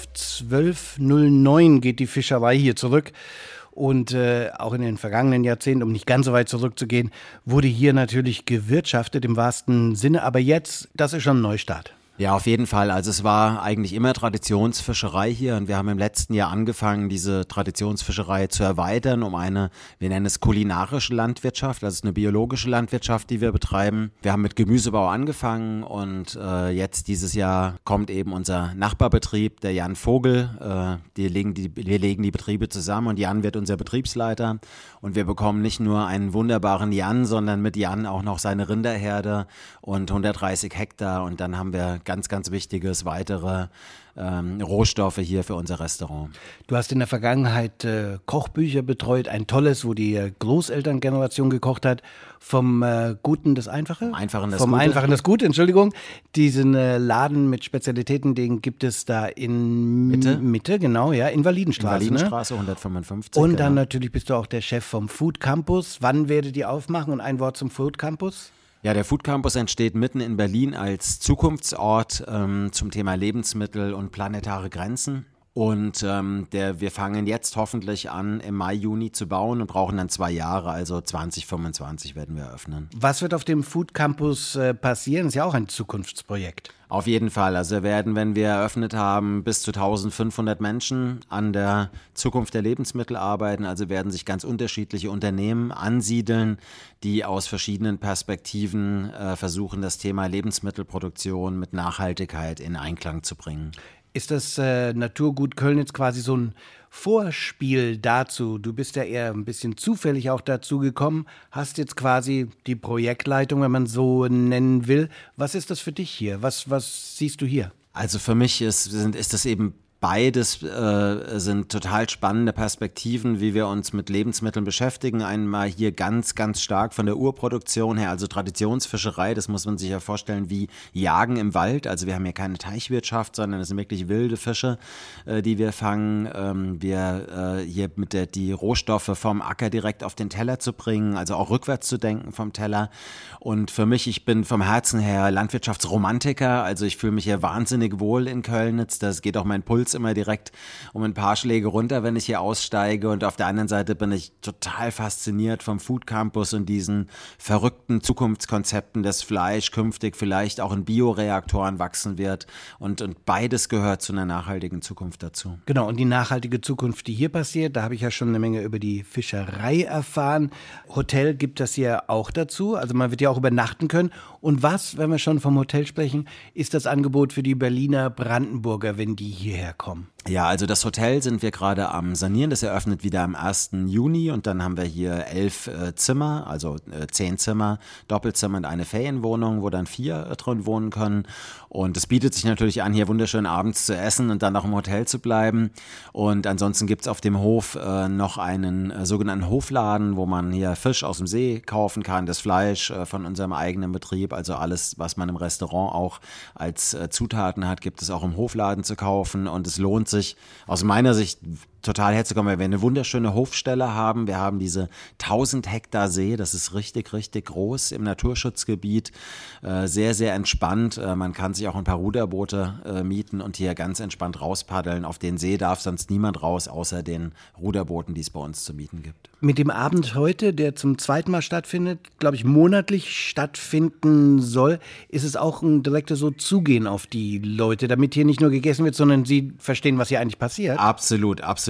1209 geht die Fischerei hier zurück. Und auch in den vergangenen Jahrzehnten, um nicht ganz so weit zurückzugehen, wurde hier natürlich gewirtschaftet im wahrsten Sinne. Aber jetzt, das ist schon ein Neustart. Ja, auf jeden Fall. Also es war eigentlich immer Traditionsfischerei hier und wir haben im letzten Jahr angefangen, diese Traditionsfischerei zu erweitern um eine, wir nennen es kulinarische Landwirtschaft, also eine biologische Landwirtschaft, die wir betreiben. Wir haben mit Gemüsebau angefangen und jetzt dieses Jahr kommt eben unser Nachbarbetrieb, der Jan Vogel. Wir legen die Betriebe zusammen und Jan wird unser Betriebsleiter und wir bekommen nicht nur einen wunderbaren Jan, sondern mit Jan auch noch seine Rinderherde und 130 Hektar und dann haben wir ganz, ganz wichtiges weitere Rohstoffe hier für unser Restaurant. Du hast in der Vergangenheit Kochbücher betreut, ein tolles, wo die Großelterngeneration gekocht hat, vom Guten das Einfache? Einfachen das Gute, Entschuldigung. Diesen Laden mit Spezialitäten, den gibt es da in Mitte, genau, ja, Invalidenstraße. Invalidenstraße, 155. Und dann natürlich bist du auch der Chef vom Food Campus. Wann werdet ihr aufmachen? Und ein Wort zum Food Campus? Ja, der Food Campus entsteht mitten in Berlin als Zukunftsort zum Thema Lebensmittel und planetare Grenzen. Und wir fangen jetzt hoffentlich an, im Mai, Juni zu bauen und brauchen dann 2 Jahre, also 2025 werden wir eröffnen. Was wird auf dem Food Campus passieren? Das ist ja auch ein Zukunftsprojekt. Auf jeden Fall. Also wir werden, wenn wir eröffnet haben, bis zu 1500 Menschen an der Zukunft der Lebensmittel arbeiten. Also werden sich ganz unterschiedliche Unternehmen ansiedeln, die aus verschiedenen Perspektiven versuchen, das Thema Lebensmittelproduktion mit Nachhaltigkeit in Einklang zu bringen. Ist das Naturgut Köllnitz quasi so ein Vorspiel dazu? Du bist ja eher ein bisschen zufällig auch dazu gekommen, hast jetzt quasi die Projektleitung, wenn man so nennen will. Was ist das für dich hier? Was siehst du hier? Also für mich ist das eben beides sind total spannende Perspektiven, wie wir uns mit Lebensmitteln beschäftigen. Einmal hier ganz, ganz stark von der Urproduktion her, also Traditionsfischerei, das muss man sich ja vorstellen wie Jagen im Wald. Also wir haben hier keine Teichwirtschaft, sondern es sind wirklich wilde Fische, die wir fangen. Wir hier die Rohstoffe vom Acker direkt auf den Teller zu bringen, also auch rückwärts zu denken vom Teller. Und für mich, ich bin vom Herzen her Landwirtschaftsromantiker, also ich fühle mich hier wahnsinnig wohl in Köllnitz. Das geht auch mein Puls immer direkt um ein paar Schläge runter, wenn ich hier aussteige. Und auf der anderen Seite bin ich total fasziniert vom Food Campus und diesen verrückten Zukunftskonzepten, dass Fleisch künftig vielleicht auch in Bioreaktoren wachsen wird. Und beides gehört zu einer nachhaltigen Zukunft dazu. Genau, und die nachhaltige Zukunft, die hier passiert, da habe ich ja schon eine Menge über die Fischerei erfahren. Hotel gibt das hier auch dazu, also man wird ja auch übernachten können. Und was, wenn wir schon vom Hotel sprechen, ist das Angebot für die Berliner Brandenburger, wenn die hierher kommen? Ja, also das Hotel sind wir gerade am Sanieren. Das eröffnet wieder am 1. Juni und dann haben wir hier 11 Zimmer, also 10 Zimmer, Doppelzimmer und eine Ferienwohnung, wo dann 4 drin wohnen können. Und es bietet sich natürlich an, hier wunderschön abends zu essen und dann noch im Hotel zu bleiben. Und ansonsten gibt's auf dem Hof noch einen sogenannten Hofladen, wo man hier Fisch aus dem See kaufen kann, das Fleisch von unserem eigenen Betrieb, also alles, was man im Restaurant auch als Zutaten hat, gibt es auch im Hofladen zu kaufen. Und es lohnt sich aus meiner Sicht total herzukommen, weil wir eine wunderschöne Hofstelle haben. Wir haben diese 1000 Hektar See, das ist richtig, richtig groß im Naturschutzgebiet. Sehr, sehr entspannt. Man kann sich auch ein paar Ruderboote mieten und hier ganz entspannt rauspaddeln. Auf den See darf sonst niemand raus, außer den Ruderbooten, die es bei uns zu mieten gibt. Mit dem Abend heute, der zum zweiten Mal stattfindet, glaube ich monatlich stattfinden soll, ist es auch ein direktes so Zugehen auf die Leute, damit hier nicht nur gegessen wird, sondern sie verstehen, was hier eigentlich passiert. Absolut, absolut.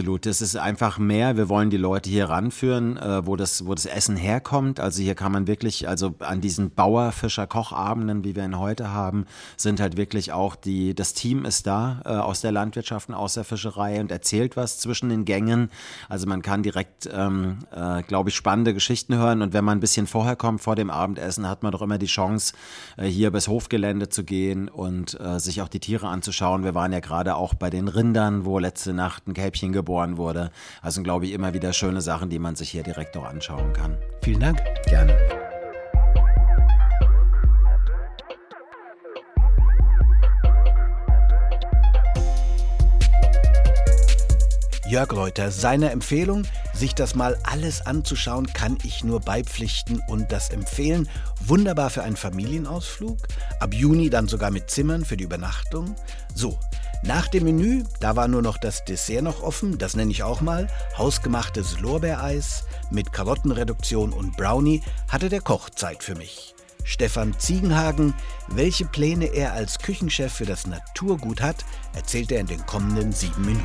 Absolut. Es ist einfach mehr. Wir wollen die Leute hier ranführen, wo das Essen herkommt. Also hier kann man wirklich, also an diesen Bauer-Fischer-Kochabenden, wie wir ihn heute haben, sind halt wirklich auch das Team ist da aus der Landwirtschaft und aus der Fischerei und erzählt was zwischen den Gängen. Also man kann direkt, glaube ich, spannende Geschichten hören. Und wenn man ein bisschen vorher kommt, vor dem Abendessen, hat man doch immer die Chance, hier bis Hofgelände zu gehen und sich auch die Tiere anzuschauen. Wir waren ja gerade auch bei den Rindern, wo letzte Nacht ein Kälbchen geboren wurde. Also glaube ich immer wieder schöne Sachen, die man sich hier direkt auch anschauen kann. Vielen Dank. Gerne. Jörg Reuter, seiner Empfehlung, sich das mal alles anzuschauen, kann ich nur beipflichten und das empfehlen. Wunderbar für einen Familienausflug, ab Juni dann sogar mit Zimmern für die Übernachtung. So, nach dem Menü, da war nur noch das Dessert noch offen, das nenne ich auch mal, hausgemachtes Lorbeereis mit Karottenreduktion und Brownie, hatte der Koch Zeit für mich. Stefan Ziegenhagen, welche Pläne er als Küchenchef für das Naturgut hat, erzählt er in den kommenden 7 Minuten.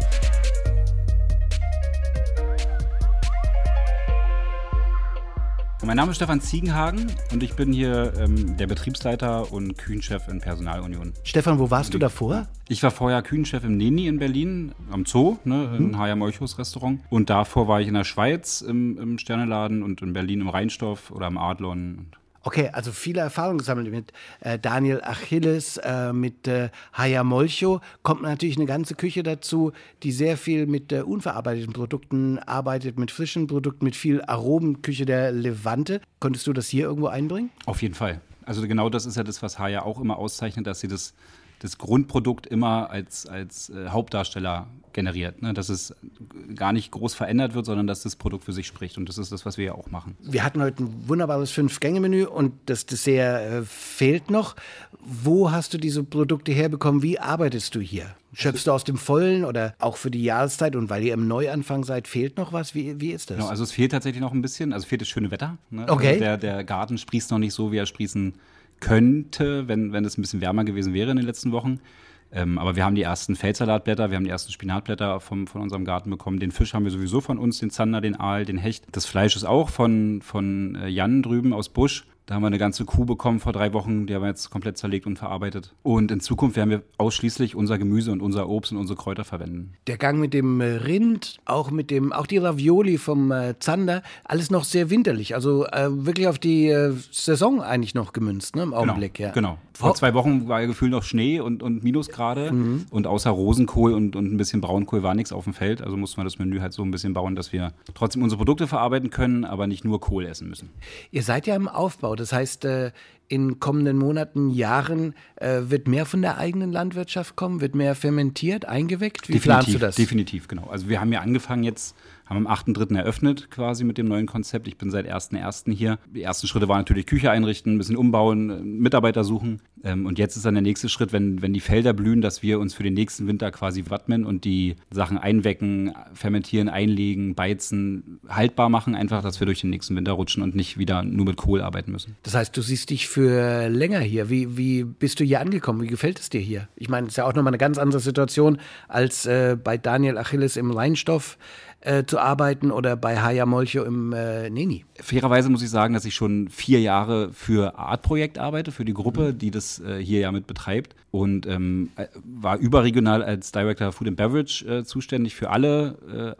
Mein Name ist Stefan Ziegenhagen und ich bin hier der Betriebsleiter und Küchenchef in Personalunion. Stefan, wo warst du davor? Ich war vorher Küchenchef im Neni in Berlin, am Zoo, in Haya Molchos Restaurant. Und davor war ich in der Schweiz im Sterneladen und in Berlin im Rheinstoff oder im Adlon. Okay, also viele Erfahrungen gesammelt mit Daniel Achilles, mit Haya Molcho. Kommt natürlich eine ganze Küche dazu, die sehr viel mit unverarbeiteten Produkten arbeitet, mit frischen Produkten, mit viel Aromenküche der Levante. Konntest du das hier irgendwo einbringen? Auf jeden Fall. Also genau das ist ja das, was Haya auch immer auszeichnet, dass sie das Grundprodukt immer als Hauptdarsteller generiert. Ne? Dass es gar nicht groß verändert wird, sondern dass das Produkt für sich spricht. Und das ist das, was wir ja auch machen. Wir hatten heute ein wunderbares 5-Gänge-Menü und das Dessert fehlt noch. Wo hast du diese Produkte herbekommen? Wie arbeitest du hier? Schöpfst du aus dem Vollen oder auch für die Jahreszeit? Und weil ihr im Neuanfang seid, fehlt noch was? Wie ist das? Genau, also es fehlt tatsächlich noch ein bisschen. Also fehlt das schöne Wetter. Ne? Okay. Also der Garten sprießt noch nicht so, wie er sprießen könnte, wenn es ein bisschen wärmer gewesen wäre in den letzten Wochen. Aber wir haben die ersten Feldsalatblätter, wir haben die ersten Spinatblätter von unserem Garten bekommen. Den Fisch haben wir sowieso von uns, den Zander, den Aal, den Hecht. Das Fleisch ist auch von Jan drüben aus Busch. Da haben wir eine ganze Kuh bekommen vor 3 Wochen, die haben wir jetzt komplett zerlegt und verarbeitet. Und in Zukunft werden wir ausschließlich unser Gemüse und unser Obst und unsere Kräuter verwenden. Der Gang mit dem Rind, auch die Ravioli vom Zander, alles noch sehr winterlich. Also wirklich auf die Saison eigentlich noch gemünzt, ne, im Augenblick. Genau. Vor 2 Wochen war ja gefühlt noch Schnee und Minusgrade. Und außer Rosenkohl und ein bisschen Braunkohl war nichts auf dem Feld. Also mussten wir das Menü halt so ein bisschen bauen, dass wir trotzdem unsere Produkte verarbeiten können, aber nicht nur Kohl essen müssen. Ihr seid ja im Aufbau. Das heißt, in kommenden Monaten, Jahren wird mehr von der eigenen Landwirtschaft kommen? Wird mehr fermentiert, eingeweckt? Wie planst du das? Definitiv, genau. Also wir haben ja angefangen jetzt, haben am 8.3. eröffnet quasi mit dem neuen Konzept. Ich bin seit 1.1. hier. Die ersten Schritte waren natürlich Küche einrichten, ein bisschen umbauen, Mitarbeiter suchen. Und jetzt ist dann der nächste Schritt, wenn die Felder blühen, dass wir uns für den nächsten Winter quasi wappnen und die Sachen einwecken, fermentieren, einlegen, beizen, haltbar machen, einfach, dass wir durch den nächsten Winter rutschen und nicht wieder nur mit Kohl arbeiten müssen. Das heißt, du siehst dich für länger hier. Wie bist du hier angekommen? Wie gefällt es dir hier? Ich meine, es ist ja auch nochmal eine ganz andere Situation, als bei Daniel Achilles im Rheinstoff zu arbeiten oder bei Haya Molcho im Neni. Fairerweise muss ich sagen, dass ich schon 4 Jahre für Artprojekt arbeite, für die Gruppe, die das hier ja mit betreibt und war überregional als Director Food and Beverage zuständig für alle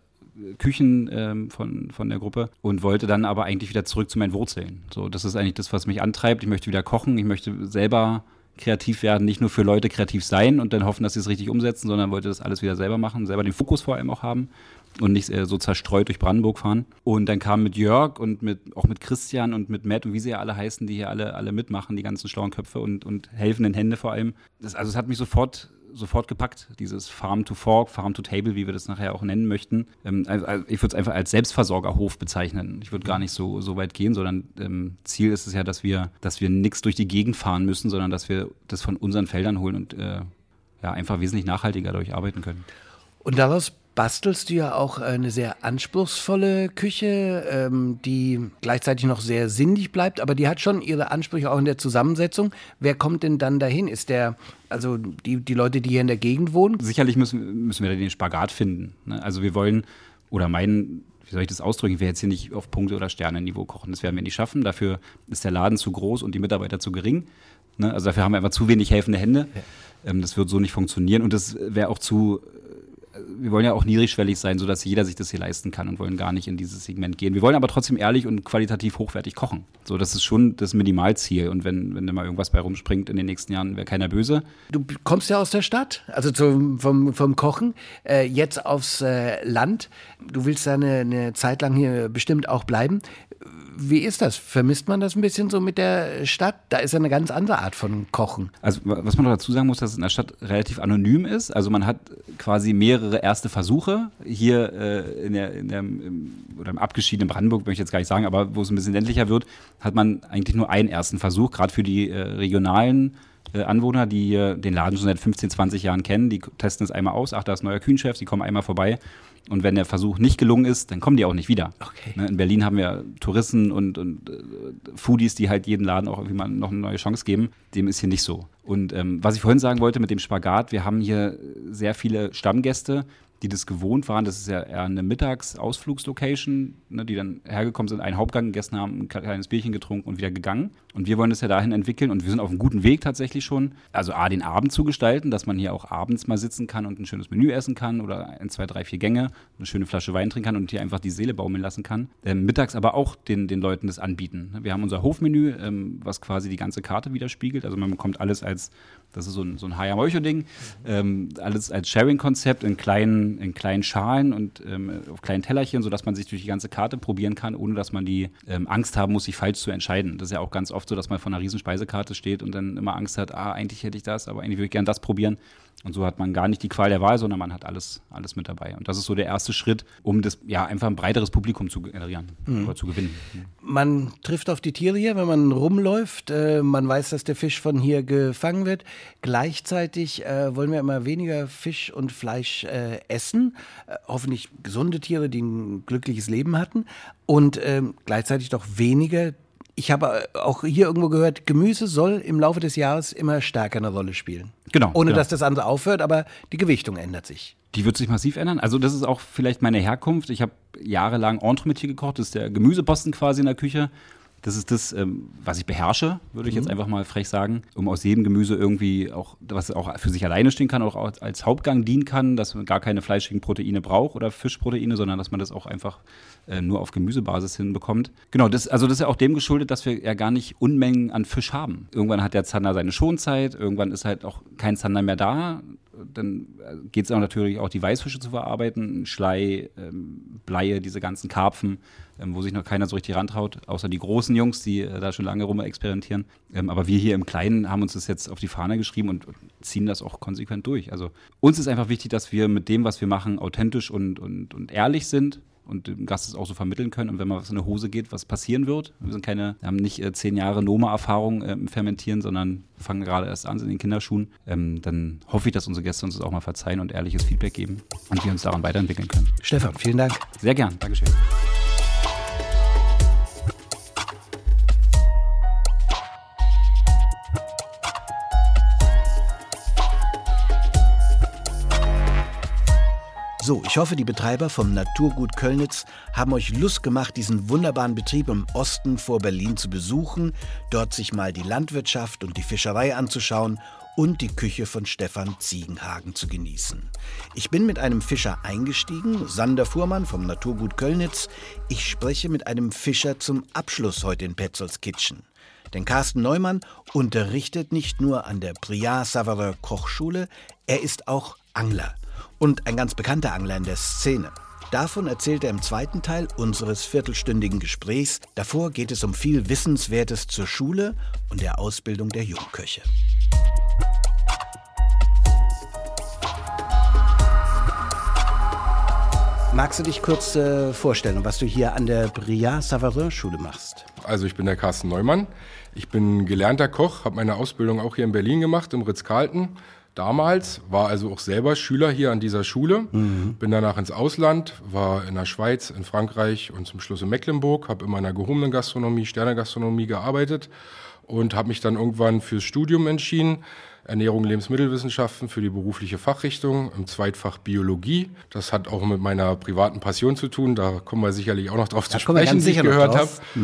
Küchen von der Gruppe und wollte dann aber eigentlich wieder zurück zu meinen Wurzeln. So, das ist eigentlich das, was mich antreibt. Ich möchte wieder kochen, ich möchte selber kreativ werden, nicht nur für Leute kreativ sein und dann hoffen, dass sie es richtig umsetzen, sondern wollte das alles wieder selber machen, selber den Fokus vor allem auch haben und nicht so zerstreut durch Brandenburg fahren. Und dann kam mit Jörg und auch mit Christian und mit Matt und wie sie ja alle heißen, die hier alle mitmachen, die ganzen schlauen Köpfe und helfenden Hände vor allem. Es hat mich sofort gepackt, dieses Farm to Fork, Farm to Table, wie wir das nachher auch nennen möchten. Also ich würde es einfach als Selbstversorgerhof bezeichnen. Ich würde gar nicht so weit gehen, sondern Ziel ist es ja, dass wir nichts durch die Gegend fahren müssen, sondern dass wir das von unseren Feldern holen und einfach wesentlich nachhaltiger dadurch arbeiten können. Und daraus bastelst du ja auch eine sehr anspruchsvolle Küche, die gleichzeitig noch sehr sinnlich bleibt, aber die hat schon ihre Ansprüche auch in der Zusammensetzung. Wer kommt denn dann dahin? Ist also die Leute, die hier in der Gegend wohnen? Sicherlich müssen wir da den Spagat finden. Ne? Also wir wollen, oder meinen, wie soll ich das ausdrücken, ich werde jetzt hier nicht auf Punkte- oder Sterne-Niveau kochen. Das werden wir nicht schaffen. Dafür ist der Laden zu groß und die Mitarbeiter zu gering. Ne? Also dafür haben wir einfach zu wenig helfende Hände. Ja. Das wird so nicht funktionieren. Und das wäre auch wir wollen ja auch niedrigschwellig sein, sodass jeder sich das hier leisten kann und wollen gar nicht in dieses Segment gehen. Wir wollen aber trotzdem ehrlich und qualitativ hochwertig kochen. So, das ist schon das Minimalziel. Und wenn da mal irgendwas bei rumspringt in den nächsten Jahren, wäre keiner böse. Du kommst ja aus der Stadt, also vom Kochen, jetzt aufs Land. Du willst da eine Zeit lang hier bestimmt auch bleiben. Wie ist das? Vermisst man das ein bisschen so mit der Stadt? Da ist ja eine ganz andere Art von Kochen. Also was man noch dazu sagen muss, dass es in der Stadt relativ anonym ist. Also man hat quasi mehrere erste Versuche. Hier oder im abgeschiedenen Brandenburg, möchte ich jetzt gar nicht sagen, aber wo es ein bisschen ländlicher wird, hat man eigentlich nur einen ersten Versuch, gerade für die regionalen Anwohner, die den Laden schon seit 15, 20 Jahren kennen. Die testen es einmal aus. Ach, da ist ein neuer Küchenchef, die kommen einmal vorbei. Und wenn der Versuch nicht gelungen ist, dann kommen die auch nicht wieder. Okay. In Berlin haben wir Touristen und Foodies, die halt jeden Laden auch irgendwie mal noch eine neue Chance geben. Dem ist hier nicht so. Und was ich vorhin sagen wollte mit dem Spagat, wir haben hier sehr viele Stammgäste, die das gewohnt waren. Das ist ja eher eine Mittags-Ausflugslocation, ne, die dann hergekommen sind, einen Hauptgang gegessen haben, ein kleines Bierchen getrunken und wieder gegangen. Und wir wollen das ja dahin entwickeln und wir sind auf einem guten Weg tatsächlich schon. Also den Abend zu gestalten, dass man hier auch abends mal sitzen kann und ein schönes Menü essen kann oder 1, 2, 3, 4 Gänge, eine schöne Flasche Wein trinken kann und hier einfach die Seele baumeln lassen kann. Mittags aber auch den Leuten das anbieten. Wir haben unser Hofmenü, was quasi die ganze Karte widerspiegelt. Also man bekommt alles das ist so ein Haja-Molcho-Ding, alles als Sharing-Konzept in kleinen Schalen und auf kleinen Tellerchen, sodass man sich durch die ganze Karte probieren kann, ohne dass man die Angst haben muss, sich falsch zu entscheiden. Das ist ja auch ganz oft so, dass man vor einer riesen Speisekarte steht und dann immer Angst hat, eigentlich hätte ich das, aber eigentlich würde ich gerne das probieren. Und so hat man gar nicht die Qual der Wahl, sondern man hat alles mit dabei. Und das ist so der erste Schritt, um das einfach ein breiteres Publikum zu generieren oder zu gewinnen. Man trifft auf die Tiere hier, wenn man rumläuft. Man weiß, dass der Fisch von hier gefangen wird. Gleichzeitig wollen wir immer weniger Fisch und Fleisch essen. Hoffentlich gesunde Tiere, die ein glückliches Leben hatten. Und gleichzeitig doch weniger. Ich habe auch hier irgendwo gehört, Gemüse soll im Laufe des Jahres immer stärker eine Rolle spielen. Genau. Ohne dass das andere aufhört, aber die Gewichtung ändert sich. Die wird sich massiv ändern. Also das ist auch vielleicht meine Herkunft. Ich habe jahrelang Entremetier gekocht. Das ist der Gemüseposten quasi in der Küche. Das ist das, was ich beherrsche, würde ich jetzt einfach mal frech sagen, um aus jedem Gemüse irgendwie auch, was auch für sich alleine stehen kann, auch als Hauptgang dienen kann, dass man gar keine fleischigen Proteine braucht oder Fischproteine, sondern dass man das auch einfach nur auf Gemüsebasis hinbekommt. Genau, das ist ja auch dem geschuldet, dass wir ja gar nicht Unmengen an Fisch haben. Irgendwann hat der Zander seine Schonzeit, irgendwann ist halt auch kein Zander mehr da. Dann geht es auch natürlich auch, die Weißfische zu verarbeiten, Schlei, Bleie, diese ganzen Karpfen, wo sich noch keiner so richtig rantraut, außer die großen Jungs, die da schon lange rum experimentieren. Aber wir hier im Kleinen haben uns das jetzt auf die Fahne geschrieben und ziehen das auch konsequent durch. Also uns ist einfach wichtig, dass wir mit dem, was wir machen, authentisch und ehrlich sind und dem Gast es auch so vermitteln können. Und wenn mal was in eine Hose geht, was passieren wird. Wir haben nicht 10 Jahre Noma-Erfahrung im Fermentieren, sondern fangen gerade erst an, sind in den Kinderschuhen. Dann hoffe ich, dass unsere Gäste uns das auch mal verzeihen und ehrliches Feedback geben und wir uns daran weiterentwickeln können. Stefan, vielen Dank. Sehr gern, Dankeschön. So, ich hoffe, die Betreiber vom Naturgut Köllnitz haben euch Lust gemacht, diesen wunderbaren Betrieb im Osten vor Berlin zu besuchen, dort sich mal die Landwirtschaft und die Fischerei anzuschauen und die Küche von Stefan Ziegenhagen zu genießen. Ich bin mit einem Fischer eingestiegen, Sander Fuhrmann vom Naturgut Köllnitz. Ich spreche mit einem Fischer zum Abschluss heute in Petzolds Kitchen. Denn Carsten Neumann unterrichtet nicht nur an der Briard-Savarin Kochschule, er ist auch Angler. Und ein ganz bekannter Angler in der Szene. Davon erzählt er im zweiten Teil unseres viertelstündigen Gesprächs. Davor geht es um viel Wissenswertes zur Schule und der Ausbildung der Jungköche. Magst du dich kurz vorstellen, was du hier an der Briard-Savarin-Schule machst? Also ich bin der Carsten Neumann. Ich bin gelernter Koch, habe meine Ausbildung auch hier in Berlin gemacht, im Ritz-Carlton. damals, war also auch selber Schüler hier an dieser Schule, bin danach ins Ausland, war in der Schweiz, in Frankreich und zum Schluss in Mecklenburg, habe in meiner gehobenen Gastronomie, Sternegastronomie gearbeitet und habe mich dann irgendwann fürs Studium entschieden, Ernährung, Lebensmittelwissenschaften für die berufliche Fachrichtung, im Zweitfach Biologie. Das hat auch mit meiner privaten Passion zu tun, da kommen wir sicherlich auch noch drauf zu sprechen, wie ich gehört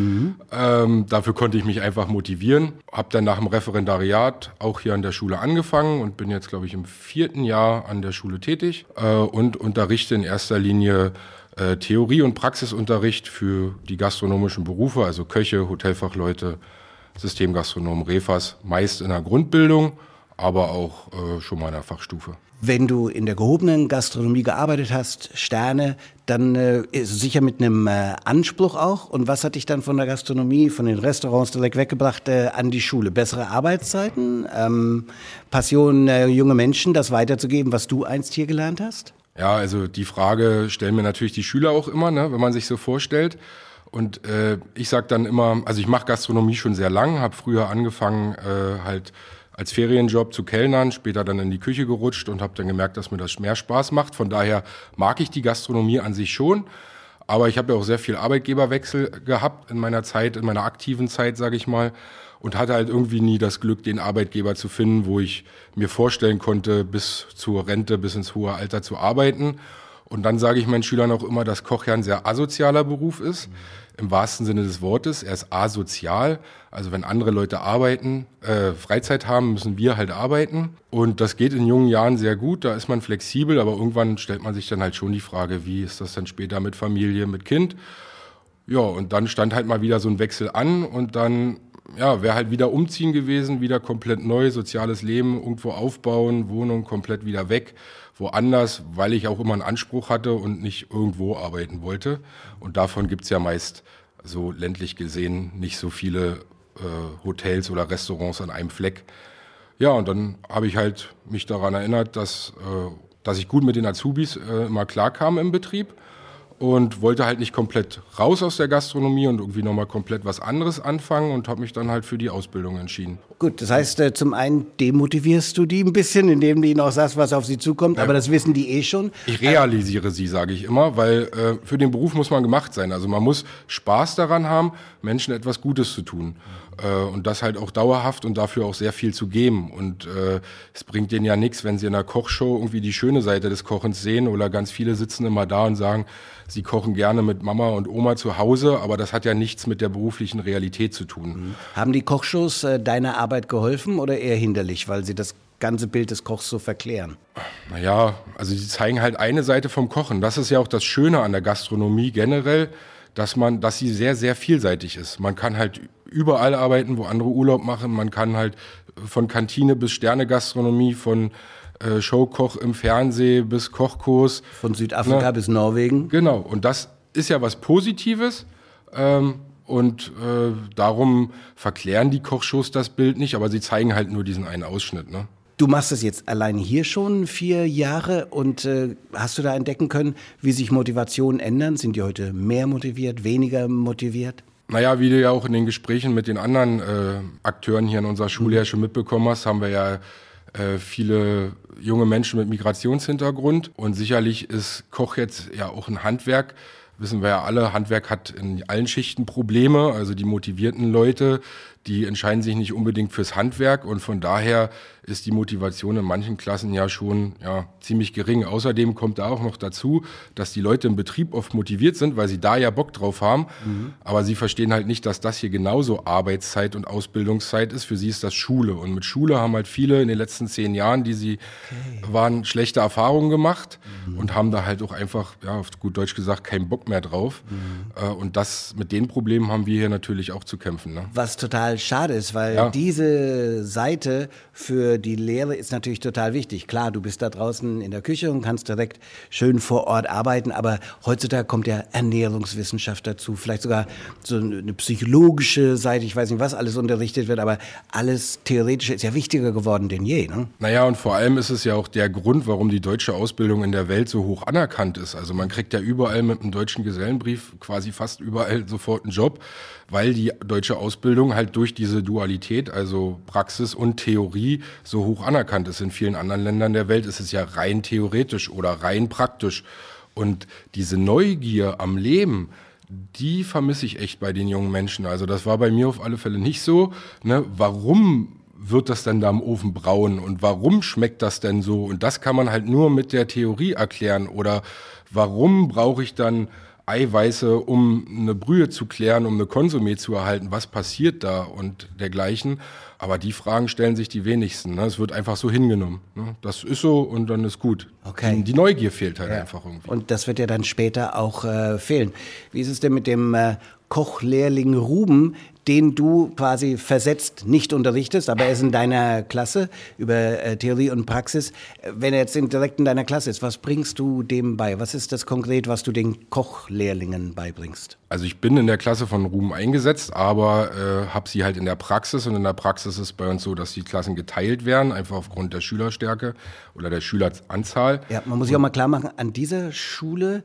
habe. Dafür konnte ich mich einfach motivieren, habe dann nach dem Referendariat auch hier an der Schule angefangen und bin jetzt, glaube ich, im 4. Jahr an der Schule tätig und unterrichte in erster Linie Theorie- und Praxisunterricht für die gastronomischen Berufe, also Köche, Hotelfachleute, Systemgastronomen, Refas, meist in der Grundbildung, aber auch schon mal in der Fachstufe. Wenn du in der gehobenen Gastronomie gearbeitet hast, Sterne, dann sicher mit einem Anspruch auch. Und was hat dich dann von der Gastronomie, von den Restaurants direkt weggebracht an die Schule? Bessere Arbeitszeiten, Passion, junge Menschen, das weiterzugeben, was du einst hier gelernt hast? Ja, also die Frage stellen mir natürlich die Schüler auch immer, ne, wenn man sich so vorstellt. Und ich sage dann immer, also ich mache Gastronomie schon sehr lang, habe früher angefangen halt als Ferienjob zu kellnern, später dann in die Küche gerutscht und habe dann gemerkt, dass mir das mehr Spaß macht. Von daher mag ich die Gastronomie an sich schon. Aber ich habe ja auch sehr viel Arbeitgeberwechsel gehabt in meiner Zeit, in meiner aktiven Zeit, sage ich mal. Und hatte halt irgendwie nie das Glück, den Arbeitgeber zu finden, wo ich mir vorstellen konnte, bis zur Rente, bis ins hohe Alter zu arbeiten. Und dann sage ich meinen Schülern auch immer, dass Koch ja ein sehr asozialer Beruf ist. Im wahrsten Sinne des Wortes. Er ist asozial. Also wenn andere Leute arbeiten, Freizeit haben, müssen wir halt arbeiten. Und das geht in jungen Jahren sehr gut. Da ist man flexibel. Aber irgendwann stellt man sich dann halt schon die Frage, wie ist das dann später mit Familie, mit Kind? Ja, und dann stand halt mal wieder so ein Wechsel an. Und dann wäre halt wieder umziehen gewesen, wieder komplett neu, soziales Leben, irgendwo aufbauen, Wohnung komplett wieder weg. Woanders, weil ich auch immer einen Anspruch hatte und nicht irgendwo arbeiten wollte. Und davon gibt's ja meist, so ländlich gesehen, nicht so viele Hotels oder Restaurants an einem Fleck. Ja, und dann habe ich halt mich daran erinnert, dass ich gut mit den Azubis immer klarkam im Betrieb und wollte halt nicht komplett raus aus der Gastronomie und irgendwie nochmal komplett was anderes anfangen und habe mich dann halt für die Ausbildung entschieden. Gut, das heißt, zum einen demotivierst du die ein bisschen, indem du ihnen auch sagst, was auf sie zukommt, aber das wissen die schon. Ich realisiere sie, sage ich immer, weil für den Beruf muss man gemacht sein. Also man muss Spaß daran haben, Menschen etwas Gutes zu tun. Und das halt auch dauerhaft und dafür auch sehr viel zu geben. Und es bringt denen ja nichts, wenn sie in einer Kochshow irgendwie die schöne Seite des Kochens sehen oder ganz viele sitzen immer da und sagen, sie kochen gerne mit Mama und Oma zu Hause, aber das hat ja nichts mit der beruflichen Realität zu tun. Haben die Kochshows deiner Arbeit geholfen oder eher hinderlich, weil sie das ganze Bild des Kochs so verklären? Naja, also sie zeigen halt eine Seite vom Kochen. Das ist ja auch das Schöne an der Gastronomie generell, dass sie sehr, sehr vielseitig ist. Man kann halt überall arbeiten, wo andere Urlaub machen. Man kann halt von Kantine bis Sternegastronomie, von Showkoch im Fernsehen bis Kochkurs. Von Südafrika bis Norwegen. Genau, und das ist ja was Positives. Und darum verklären die Kochshows das Bild nicht, aber sie zeigen halt nur diesen einen Ausschnitt, ne? Du machst das jetzt alleine hier schon 4 Jahre und hast du da entdecken können, wie sich Motivationen ändern? Sind die heute mehr motiviert, weniger motiviert? Naja, wie du ja auch in den Gesprächen mit den anderen Akteuren hier in unserer Schule ja schon mitbekommen hast, haben wir ja viele junge Menschen mit Migrationshintergrund. Und sicherlich ist Koch jetzt ja auch ein Handwerk. Wissen wir ja alle, Handwerk hat in allen Schichten Probleme. Also die motivierten Leute, die entscheiden sich nicht unbedingt fürs Handwerk. Und von daher ist die Motivation in manchen Klassen ja schon ziemlich gering. Außerdem kommt da auch noch dazu, dass die Leute im Betrieb oft motiviert sind, weil sie da ja Bock drauf haben. Aber sie verstehen halt nicht, dass das hier genauso Arbeitszeit und Ausbildungszeit ist. Für sie ist das Schule. Und mit Schule haben halt viele in den letzten 10 Jahren, waren schlechte Erfahrungen gemacht und haben da halt auch einfach, auf gut Deutsch gesagt, keinen Bock mehr drauf. Und mit den Problemen haben wir hier natürlich auch zu kämpfen. Ne? Was total schade ist, weil diese Seite für die Lehre ist natürlich total wichtig. Klar, du bist da draußen in der Küche und kannst direkt schön vor Ort arbeiten, aber heutzutage kommt ja Ernährungswissenschaft dazu, vielleicht sogar so eine psychologische Seite, ich weiß nicht, was alles unterrichtet wird, aber alles Theoretische ist ja wichtiger geworden denn je. Ne? Naja, und vor allem ist es ja auch der Grund, warum die deutsche Ausbildung in der Welt so hoch anerkannt ist. Also man kriegt ja überall mit einem deutschen Gesellenbrief quasi fast überall sofort einen Job, weil die deutsche Ausbildung halt durch durch diese Dualität, also Praxis und Theorie, so hoch anerkannt ist. In vielen anderen Ländern der Welt ist es ja rein theoretisch oder rein praktisch. Und diese Neugier am Leben, die vermisse ich echt bei den jungen Menschen. Also das war bei mir auf alle Fälle nicht so. Ne? Warum wird das denn da im Ofen braun und warum schmeckt das denn so? Und das kann man halt nur mit der Theorie erklären. Oder warum brauche ich dann Eiweiße, um eine Brühe zu klären, um eine Konsumé zu erhalten? Was passiert da und dergleichen? Aber die Fragen stellen sich die wenigsten. Ne? Es wird einfach so hingenommen. Ne? Das ist so und dann ist gut. Okay. Die Neugier fehlt halt einfach irgendwie. Und das wird ja dann später auch fehlen. Wie ist es denn mit dem Kochlehrling Ruben, den du quasi versetzt nicht unterrichtest, aber er ist in deiner Klasse über Theorie und Praxis. Wenn er jetzt direkt in deiner Klasse ist, was bringst du dem bei? Was ist das konkret, was du den Kochlehrlingen beibringst? Also ich bin in der Klasse von Ruben eingesetzt, aber habe sie halt in der Praxis. Und in der Praxis ist bei uns so, dass die Klassen geteilt werden, einfach aufgrund der Schülerstärke oder der Schüleranzahl. Ja, man muss sich auch mal klar machen, an dieser Schule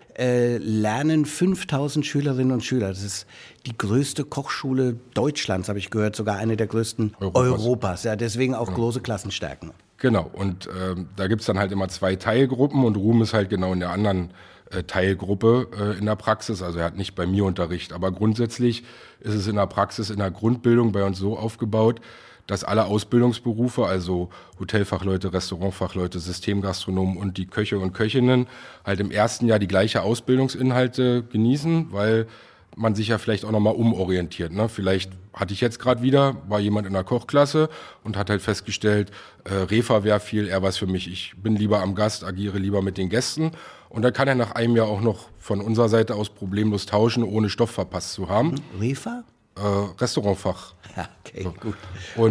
lernen 5000 Schülerinnen und Schüler. Das ist die größte Kochschule Deutschlands, habe ich gehört, sogar eine der größten Europas. Ja, deswegen auch große Klassenstärken. Genau, und da gibt's dann halt immer 2 Teilgruppen und Ruben ist halt genau in der anderen Teilgruppe in der Praxis. Also er hat nicht bei mir Unterricht, aber grundsätzlich ist es in der Praxis, in der Grundbildung bei uns so aufgebaut, dass alle Ausbildungsberufe, also Hotelfachleute, Restaurantfachleute, Systemgastronomen und die Köche und Köchinnen halt im ersten Jahr die gleiche Ausbildungsinhalte genießen, weil man sich ja vielleicht auch nochmal umorientiert. Ne? Vielleicht hatte ich jetzt gerade wieder, war jemand in der Kochklasse und hat halt festgestellt, Refa wäre viel eher was für mich. Ich bin lieber am Gast, agiere lieber mit den Gästen. Und dann kann er nach einem Jahr auch noch von unserer Seite aus problemlos tauschen, ohne Stoff verpasst zu haben. Refa? Restaurantfach. Ja, okay, so. Gut.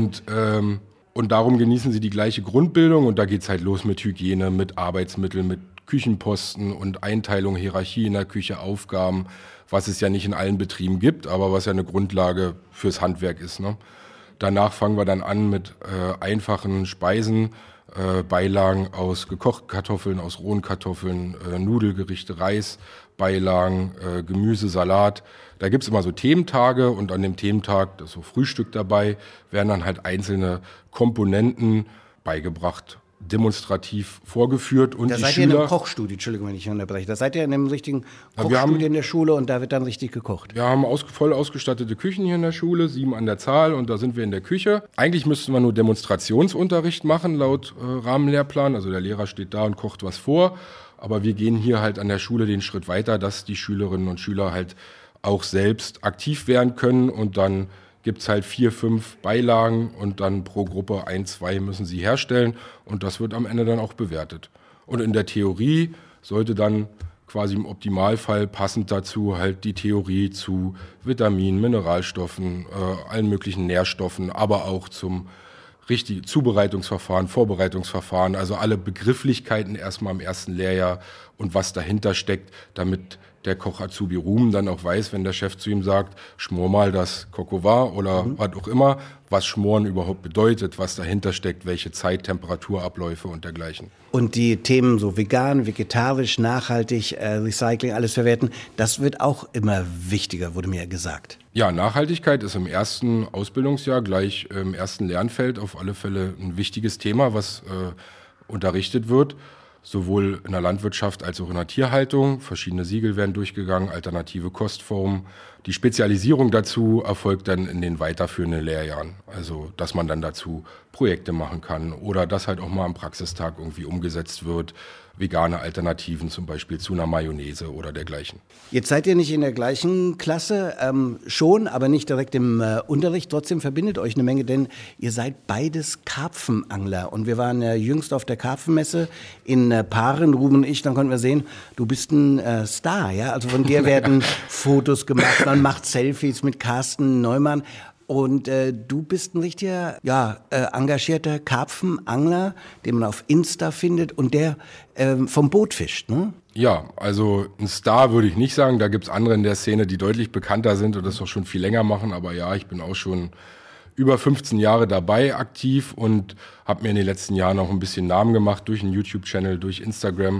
Und darum genießen sie die gleiche Grundbildung und da geht's halt los mit Hygiene, mit Arbeitsmitteln, mit Küchenposten und Einteilung, Hierarchie in der Küche, Aufgaben, was es ja nicht in allen Betrieben gibt, aber was ja eine Grundlage fürs Handwerk ist. Ne? Danach fangen wir dann an mit einfachen Speisen, Beilagen aus gekochten Kartoffeln, aus rohen Kartoffeln, Nudelgerichte, Reis, Beilagen, Gemüse, Salat. Da gibt's immer so Thementage und an dem Thementag, das ist so Frühstück dabei, werden dann halt einzelne Komponenten beigebracht, demonstrativ vorgeführt und da die seid Schüler... ihr in einem Kochstudio, Entschuldigung, wenn ich unterbreche. Da seid ihr in einem richtigen Kochstudio in der Schule und da wird dann richtig gekocht. Wir haben voll ausgestattete Küchen hier in der Schule, 7 an der Zahl und da sind wir in der Küche. Eigentlich müssten wir nur Demonstrationsunterricht machen laut Rahmenlehrplan. Also der Lehrer steht da und kocht was vor. Aber wir gehen hier halt an der Schule den Schritt weiter, dass die Schülerinnen und Schüler halt auch selbst aktiv werden können und dann gibt's halt 4, 5 Beilagen und dann pro Gruppe 1, 2 müssen sie herstellen und das wird am Ende dann auch bewertet. Und in der Theorie sollte dann quasi im Optimalfall passend dazu halt die Theorie zu Vitaminen, Mineralstoffen, allen möglichen Nährstoffen, aber auch zum richtigen Zubereitungsverfahren, Vorbereitungsverfahren, also alle Begrifflichkeiten erstmal im ersten Lehrjahr und was dahinter steckt, damit der Koch Azubi Ruben dann auch weiß, wenn der Chef zu ihm sagt, schmor mal das Coq au vin oder was auch immer, was Schmoren überhaupt bedeutet, was dahinter steckt, welche Zeit, Temperaturabläufe und dergleichen. Und die Themen so vegan, vegetarisch, nachhaltig, Recycling, alles verwerten, das wird auch immer wichtiger, wurde mir gesagt. Ja, Nachhaltigkeit ist im ersten Ausbildungsjahr gleich im ersten Lernfeld auf alle Fälle ein wichtiges Thema, was unterrichtet wird. Sowohl in der Landwirtschaft als auch in der Tierhaltung. Verschiedene Siegel werden durchgegangen, alternative Kostformen. Die Spezialisierung dazu erfolgt dann in den weiterführenden Lehrjahren. Also, dass man dann dazu Projekte machen kann oder dass halt auch mal am Praxistag irgendwie umgesetzt wird. Vegane Alternativen zum Beispiel zu einer Mayonnaise oder dergleichen. Jetzt seid ihr nicht in der gleichen Klasse, schon, aber nicht direkt im Unterricht. Trotzdem verbindet euch eine Menge, denn ihr seid beides Karpfenangler. Und wir waren jüngst auf der Karpfenmesse in Paaren, Ruben und ich, dann konnten wir sehen, du bist ein Star, ja? Also von dir werden Fotos gemacht, man macht Selfies mit Carsten Neumann. Und du bist ein richtiger, engagierter Karpfenangler, den man auf Insta findet und der vom Boot fischt, ne? Ja, also ein Star würde ich nicht sagen. Da gibt's andere in der Szene, die deutlich bekannter sind und das auch schon viel länger machen. Aber ja, ich bin auch schon über 15 Jahre dabei aktiv und habe mir in den letzten Jahren auch ein bisschen Namen gemacht durch einen YouTube-Channel, durch Instagram.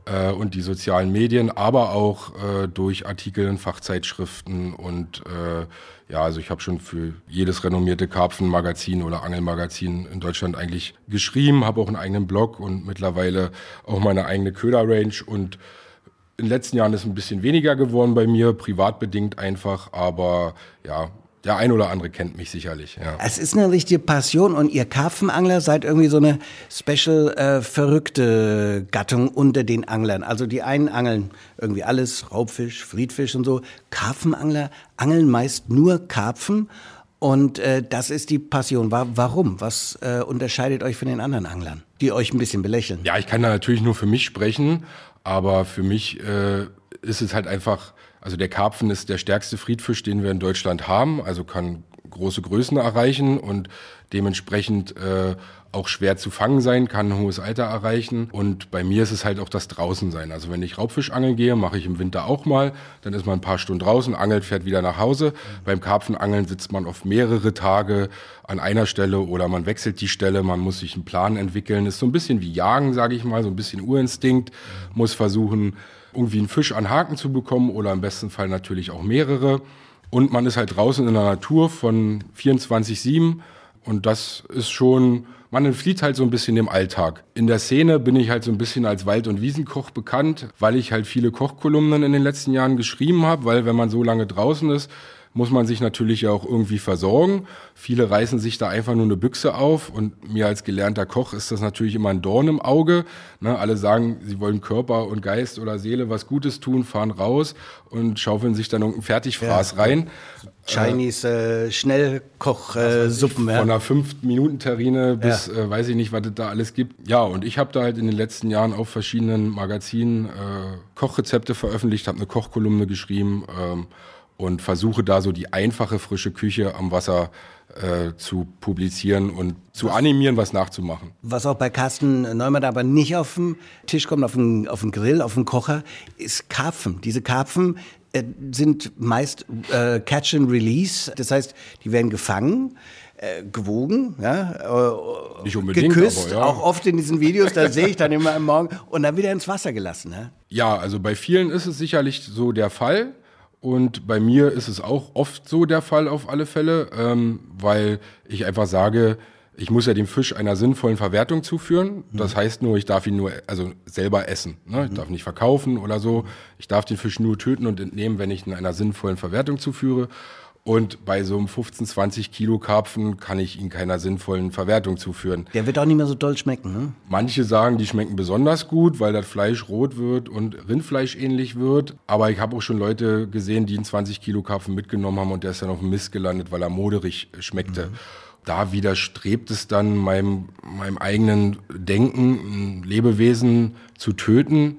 und die sozialen Medien, aber auch durch Artikel in Fachzeitschriften und also ich habe schon für jedes renommierte Karpfenmagazin oder Angelmagazin in Deutschland eigentlich geschrieben, habe auch einen eigenen Blog und mittlerweile auch meine eigene Köderrange und in den letzten Jahren ist ein bisschen weniger geworden bei mir, privat bedingt einfach, aber ja, der ein oder andere kennt mich sicherlich. Ja. Es ist eine richtige Passion und ihr Karpfenangler seid irgendwie so eine verrückte Gattung unter den Anglern. Also die einen angeln irgendwie alles, Raubfisch, Friedfisch und so. Karpfenangler angeln meist nur Karpfen und das ist die Passion. Warum? Was unterscheidet euch von den anderen Anglern, die euch ein bisschen belächeln? Ja, ich kann da natürlich nur für mich sprechen, aber für mich ist es halt einfach... Also der Karpfen ist der stärkste Friedfisch, den wir in Deutschland haben, also kann große Größen erreichen und dementsprechend auch schwer zu fangen sein, kann ein hohes Alter erreichen. Und bei mir ist es halt auch das Draußensein. Also wenn ich Raubfischangeln gehe, mache ich im Winter auch mal, dann ist man ein paar Stunden draußen, angelt, fährt wieder nach Hause. Beim Karpfenangeln sitzt man oft mehrere Tage an einer Stelle oder man wechselt die Stelle, man muss sich einen Plan entwickeln. Ist so ein bisschen wie Jagen, sage ich mal, so ein bisschen Urinstinkt, muss versuchen, irgendwie einen Fisch an Haken zu bekommen oder im besten Fall natürlich auch mehrere. Und man ist halt draußen in der Natur von 24/7 und das ist schon, man entflieht halt so ein bisschen dem Alltag. In der Szene bin ich halt so ein bisschen als Wald- und Wiesenkoch bekannt, weil ich halt viele Kochkolumnen in den letzten Jahren geschrieben habe, weil wenn man so lange draußen ist, muss man sich natürlich ja auch irgendwie versorgen. Viele reißen sich da einfach nur eine Büchse auf und mir als gelernter Koch ist das natürlich immer ein Dorn im Auge. Ne, alle sagen, sie wollen Körper und Geist oder Seele was Gutes tun, fahren raus und schaufeln sich dann irgendeinen Fertigfraß rein. Chinese Schnellkochsuppen. Von einer 5-Minuten-Terrine bis weiß ich nicht, was es da alles gibt. Ja, und ich habe da halt in den letzten Jahren auf verschiedenen Magazinen Kochrezepte veröffentlicht, habe eine Kochkolumne geschrieben und versuche da so die einfache frische Küche am Wasser zu publizieren und zu animieren, was nachzumachen. Was auch bei Carsten Neumann aber nicht auf den Tisch kommt, auf den Grill, auf den Kocher, ist Karpfen. Diese Karpfen sind meist Catch and Release, das heißt, die werden gefangen, gewogen, ja, nicht unbedingt, geküsst, aber, ja. Auch oft in diesen Videos, da sehe ich dann immer am Morgen und dann wieder ins Wasser gelassen. Ne? Ja, also bei vielen ist es sicherlich so der Fall. Und bei mir ist es auch oft so der Fall auf alle Fälle, weil ich einfach sage, ich muss ja dem Fisch einer sinnvollen Verwertung zuführen. Das heißt nur, ich darf ihn nur selber essen. Ne? Ich darf nicht verkaufen oder so. Ich darf den Fisch nur töten und entnehmen, wenn ich ihn einer sinnvollen Verwertung zuführe. Und bei so einem 15, 20 Kilo Karpfen kann ich ihn keiner sinnvollen Verwertung zuführen. Der wird auch nicht mehr so doll schmecken, ne? Manche sagen, die schmecken besonders gut, weil das Fleisch rot wird und Rindfleisch ähnlich wird. Aber ich habe auch schon Leute gesehen, die einen 20 Kilo Karpfen mitgenommen haben und der ist dann auf dem Mist gelandet, weil er moderig schmeckte. Da widerstrebt es dann meinem eigenen Denken, ein Lebewesen zu töten,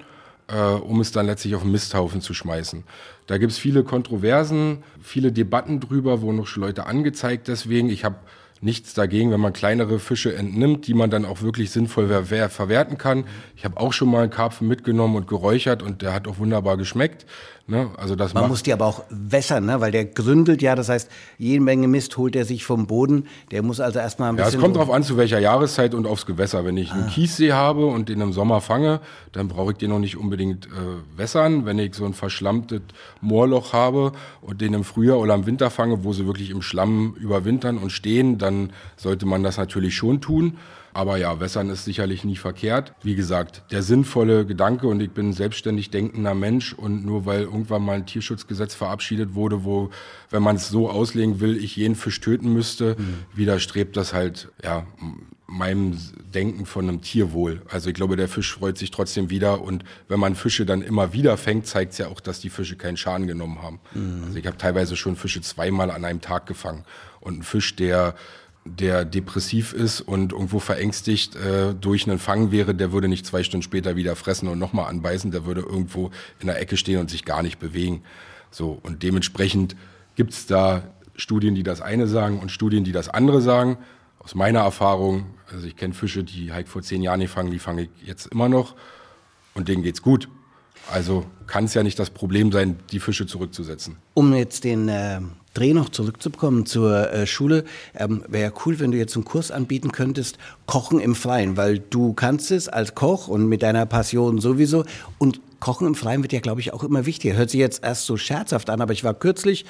um es dann letztlich auf den Misthaufen zu schmeißen. Da gibt es viele Kontroversen, viele Debatten drüber, wurden noch schon Leute angezeigt deswegen. Ich habe nichts dagegen, wenn man kleinere Fische entnimmt, die man dann auch wirklich sinnvoll verwerten kann. Ich habe auch schon mal einen Karpfen mitgenommen und geräuchert und der hat auch wunderbar geschmeckt. Ne? Also das Man muss die aber auch wässern, ne? Weil der gründelt ja, das heißt, jede Menge Mist holt er sich vom Boden. Der muss also erstmal ein bisschen... Ja, es kommt drauf an, zu welcher Jahreszeit und aufs Gewässer. Wenn ich einen Kiessee habe und den im Sommer fange, dann brauche ich den noch nicht unbedingt wässern. Wenn ich so ein verschlammtes Moorloch habe und den im Frühjahr oder im Winter fange, wo sie wirklich im Schlamm überwintern und stehen, dann sollte man das natürlich schon tun. Aber ja, wässern ist sicherlich nie verkehrt. Wie gesagt, der sinnvolle Gedanke, und ich bin ein selbstständig denkender Mensch, und nur weil irgendwann mal ein Tierschutzgesetz verabschiedet wurde, wo, wenn man es so auslegen will, ich jeden Fisch töten müsste, widerstrebt das halt ja meinem Denken von einem Tierwohl. Also ich glaube, der Fisch freut sich trotzdem wieder, und wenn man Fische dann immer wieder fängt, zeigt es ja auch, dass die Fische keinen Schaden genommen haben. Also ich habe teilweise schon Fische 2-mal an einem Tag gefangen, und ein Fisch, der depressiv ist und irgendwo verängstigt durch einen Fang wäre, der würde nicht 2 Stunden später wieder fressen und nochmal anbeißen, der würde irgendwo in der Ecke stehen und sich gar nicht bewegen. So, und dementsprechend gibt es da Studien, die das eine sagen und Studien, die das andere sagen. Aus meiner Erfahrung, also ich kenne Fische, die habe ich vor 10 Jahren gefangen, die fange ich jetzt immer noch, und denen geht's gut. Also kann es ja nicht das Problem sein, die Fische zurückzusetzen. Um jetzt den Dreh noch zurückzukommen zur Schule, wäre ja cool, wenn du jetzt einen Kurs anbieten könntest, Kochen im Freien, weil du kannst es als Koch und mit deiner Passion sowieso und Kochen im Freien wird ja, glaube ich, auch immer wichtiger. Hört sich jetzt erst so scherzhaft an, aber ich war kürzlich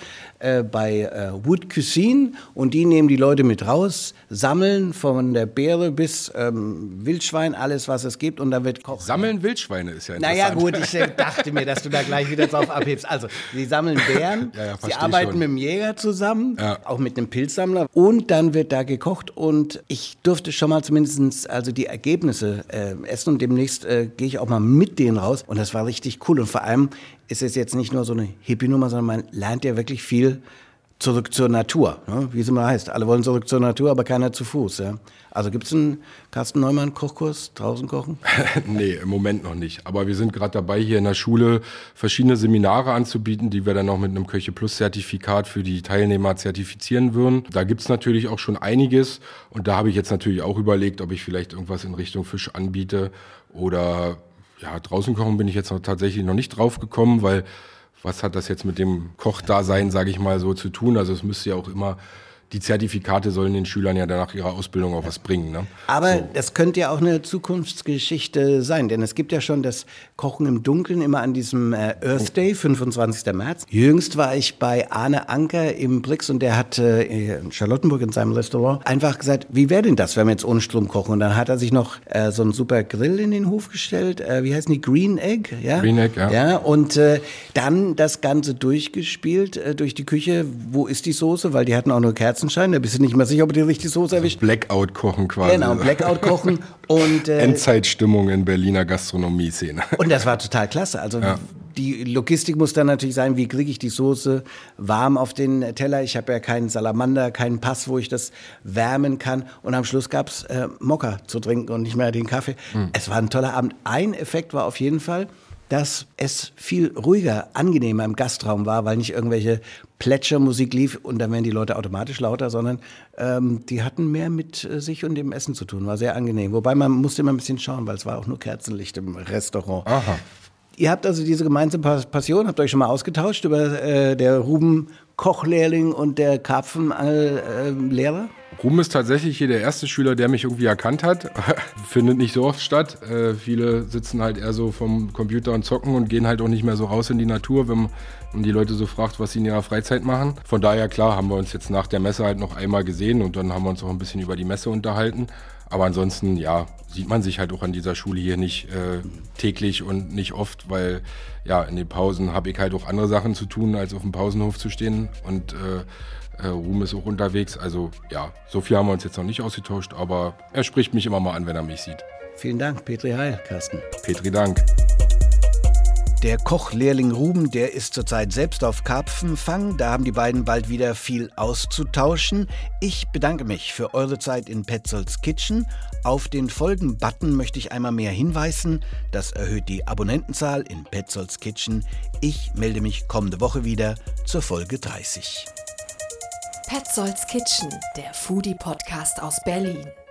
bei Wood Cuisine und die nehmen die Leute mit raus, sammeln von der Beere bis Wildschwein, alles, was es gibt und da wird kochen. Sammeln Wildschweine ist ja interessant. Naja gut, ich dachte mir, dass du da gleich wieder drauf abhebst. Also, sie sammeln Bären, sie arbeiten mit dem Jäger zusammen, auch mit einem Pilzsammler und dann wird da gekocht und ich durfte schon mal zumindest also die Ergebnisse essen und demnächst gehe ich auch mal mit denen raus und das war richtig cool und vor allem ist es jetzt nicht nur so eine Hippie-Nummer, sondern man lernt ja wirklich viel zurück zur Natur, ne? Wie es immer heißt. Alle wollen zurück zur Natur, aber keiner zu Fuß. Ja? Also gibt es einen Carsten Neumann Kochkurs, draußen kochen? Nee, im Moment noch nicht. Aber wir sind gerade dabei, hier in der Schule verschiedene Seminare anzubieten, die wir dann auch mit einem Köche-Plus-Zertifikat für die Teilnehmer zertifizieren würden. Da gibt es natürlich auch schon einiges. Und da habe ich jetzt natürlich auch überlegt, ob ich vielleicht irgendwas in Richtung Fisch anbiete oder ja, draußen kochen bin ich jetzt tatsächlich noch nicht drauf gekommen, weil was hat das jetzt mit dem Kochdasein, sage ich mal, so zu tun? Also es müsste ja auch immer, die Zertifikate sollen den Schülern ja danach ihrer Ausbildung auch was bringen. Ne? Aber das könnte ja auch eine Zukunftsgeschichte sein, denn es gibt ja schon das Kochen im Dunkeln immer an diesem Earth Day, 25. März. Jüngst war ich bei Arne Anker im Brix und der hat in Charlottenburg in seinem Restaurant einfach gesagt, wie wäre denn das, wenn wir jetzt ohne Strom kochen? Und dann hat er sich noch so einen super Grill in den Hof gestellt, wie heißen die, Green Egg? Ja? Green Egg, ja. Und dann das Ganze durchgespielt durch die Küche. Wo ist die Soße? Weil die hatten auch nur Kerzenschein, da bist du nicht mehr sicher, ob du die richtige Soße erwischt. Blackout-Kochen quasi. Genau, Blackout-Kochen. Und Endzeitstimmung in Berliner Gastronomie-Szene. Und das war total klasse. Also die Logistik muss dann natürlich sein, wie kriege ich die Soße warm auf den Teller. Ich habe ja keinen Salamander, keinen Pass, wo ich das wärmen kann. Und am Schluss gab es Mokka zu trinken und nicht mehr den Kaffee. Es war ein toller Abend. Ein Effekt war auf jeden Fall, dass es viel ruhiger, angenehmer im Gastraum war, weil nicht irgendwelche Plätschermusik lief und dann werden die Leute automatisch lauter, sondern die hatten mehr mit sich und dem Essen zu tun. War sehr angenehm. Wobei man musste immer ein bisschen schauen, weil es war auch nur Kerzenlicht im Restaurant. Aha. Ihr habt also diese gemeinsame Passion, habt euch schon mal ausgetauscht über der Ruben Kochlehrling und der Karpfenangellehrer? Ruben ist tatsächlich hier der erste Schüler, der mich irgendwie erkannt hat. Findet nicht so oft statt. Viele sitzen halt eher so vom Computer und zocken und gehen halt auch nicht mehr so raus in die Natur, wenn man die Leute so fragt, was sie in ihrer Freizeit machen. Von daher, klar, haben wir uns jetzt nach der Messe halt noch einmal gesehen und dann haben wir uns auch ein bisschen über die Messe unterhalten. Aber ansonsten, ja, sieht man sich halt auch an dieser Schule hier nicht täglich und nicht oft, weil ja, in den Pausen habe ich halt auch andere Sachen zu tun, als auf dem Pausenhof zu stehen und Ruhm ist auch unterwegs. Also ja, so viel haben wir uns jetzt noch nicht ausgetauscht, aber er spricht mich immer mal an, wenn er mich sieht. Vielen Dank, Petri Heil, Carsten. Petri, Dank. Der Kochlehrling Ruben, der ist zurzeit selbst auf Karpfenfang. Da haben die beiden bald wieder viel auszutauschen. Ich bedanke mich für eure Zeit in Petzolds Kitchen. Auf den Folgen-Button möchte ich einmal mehr hinweisen. Das erhöht die Abonnentenzahl in Petzolds Kitchen. Ich melde mich kommende Woche wieder zur Folge 30. Petzolds Kitchen, der Foodie-Podcast aus Berlin.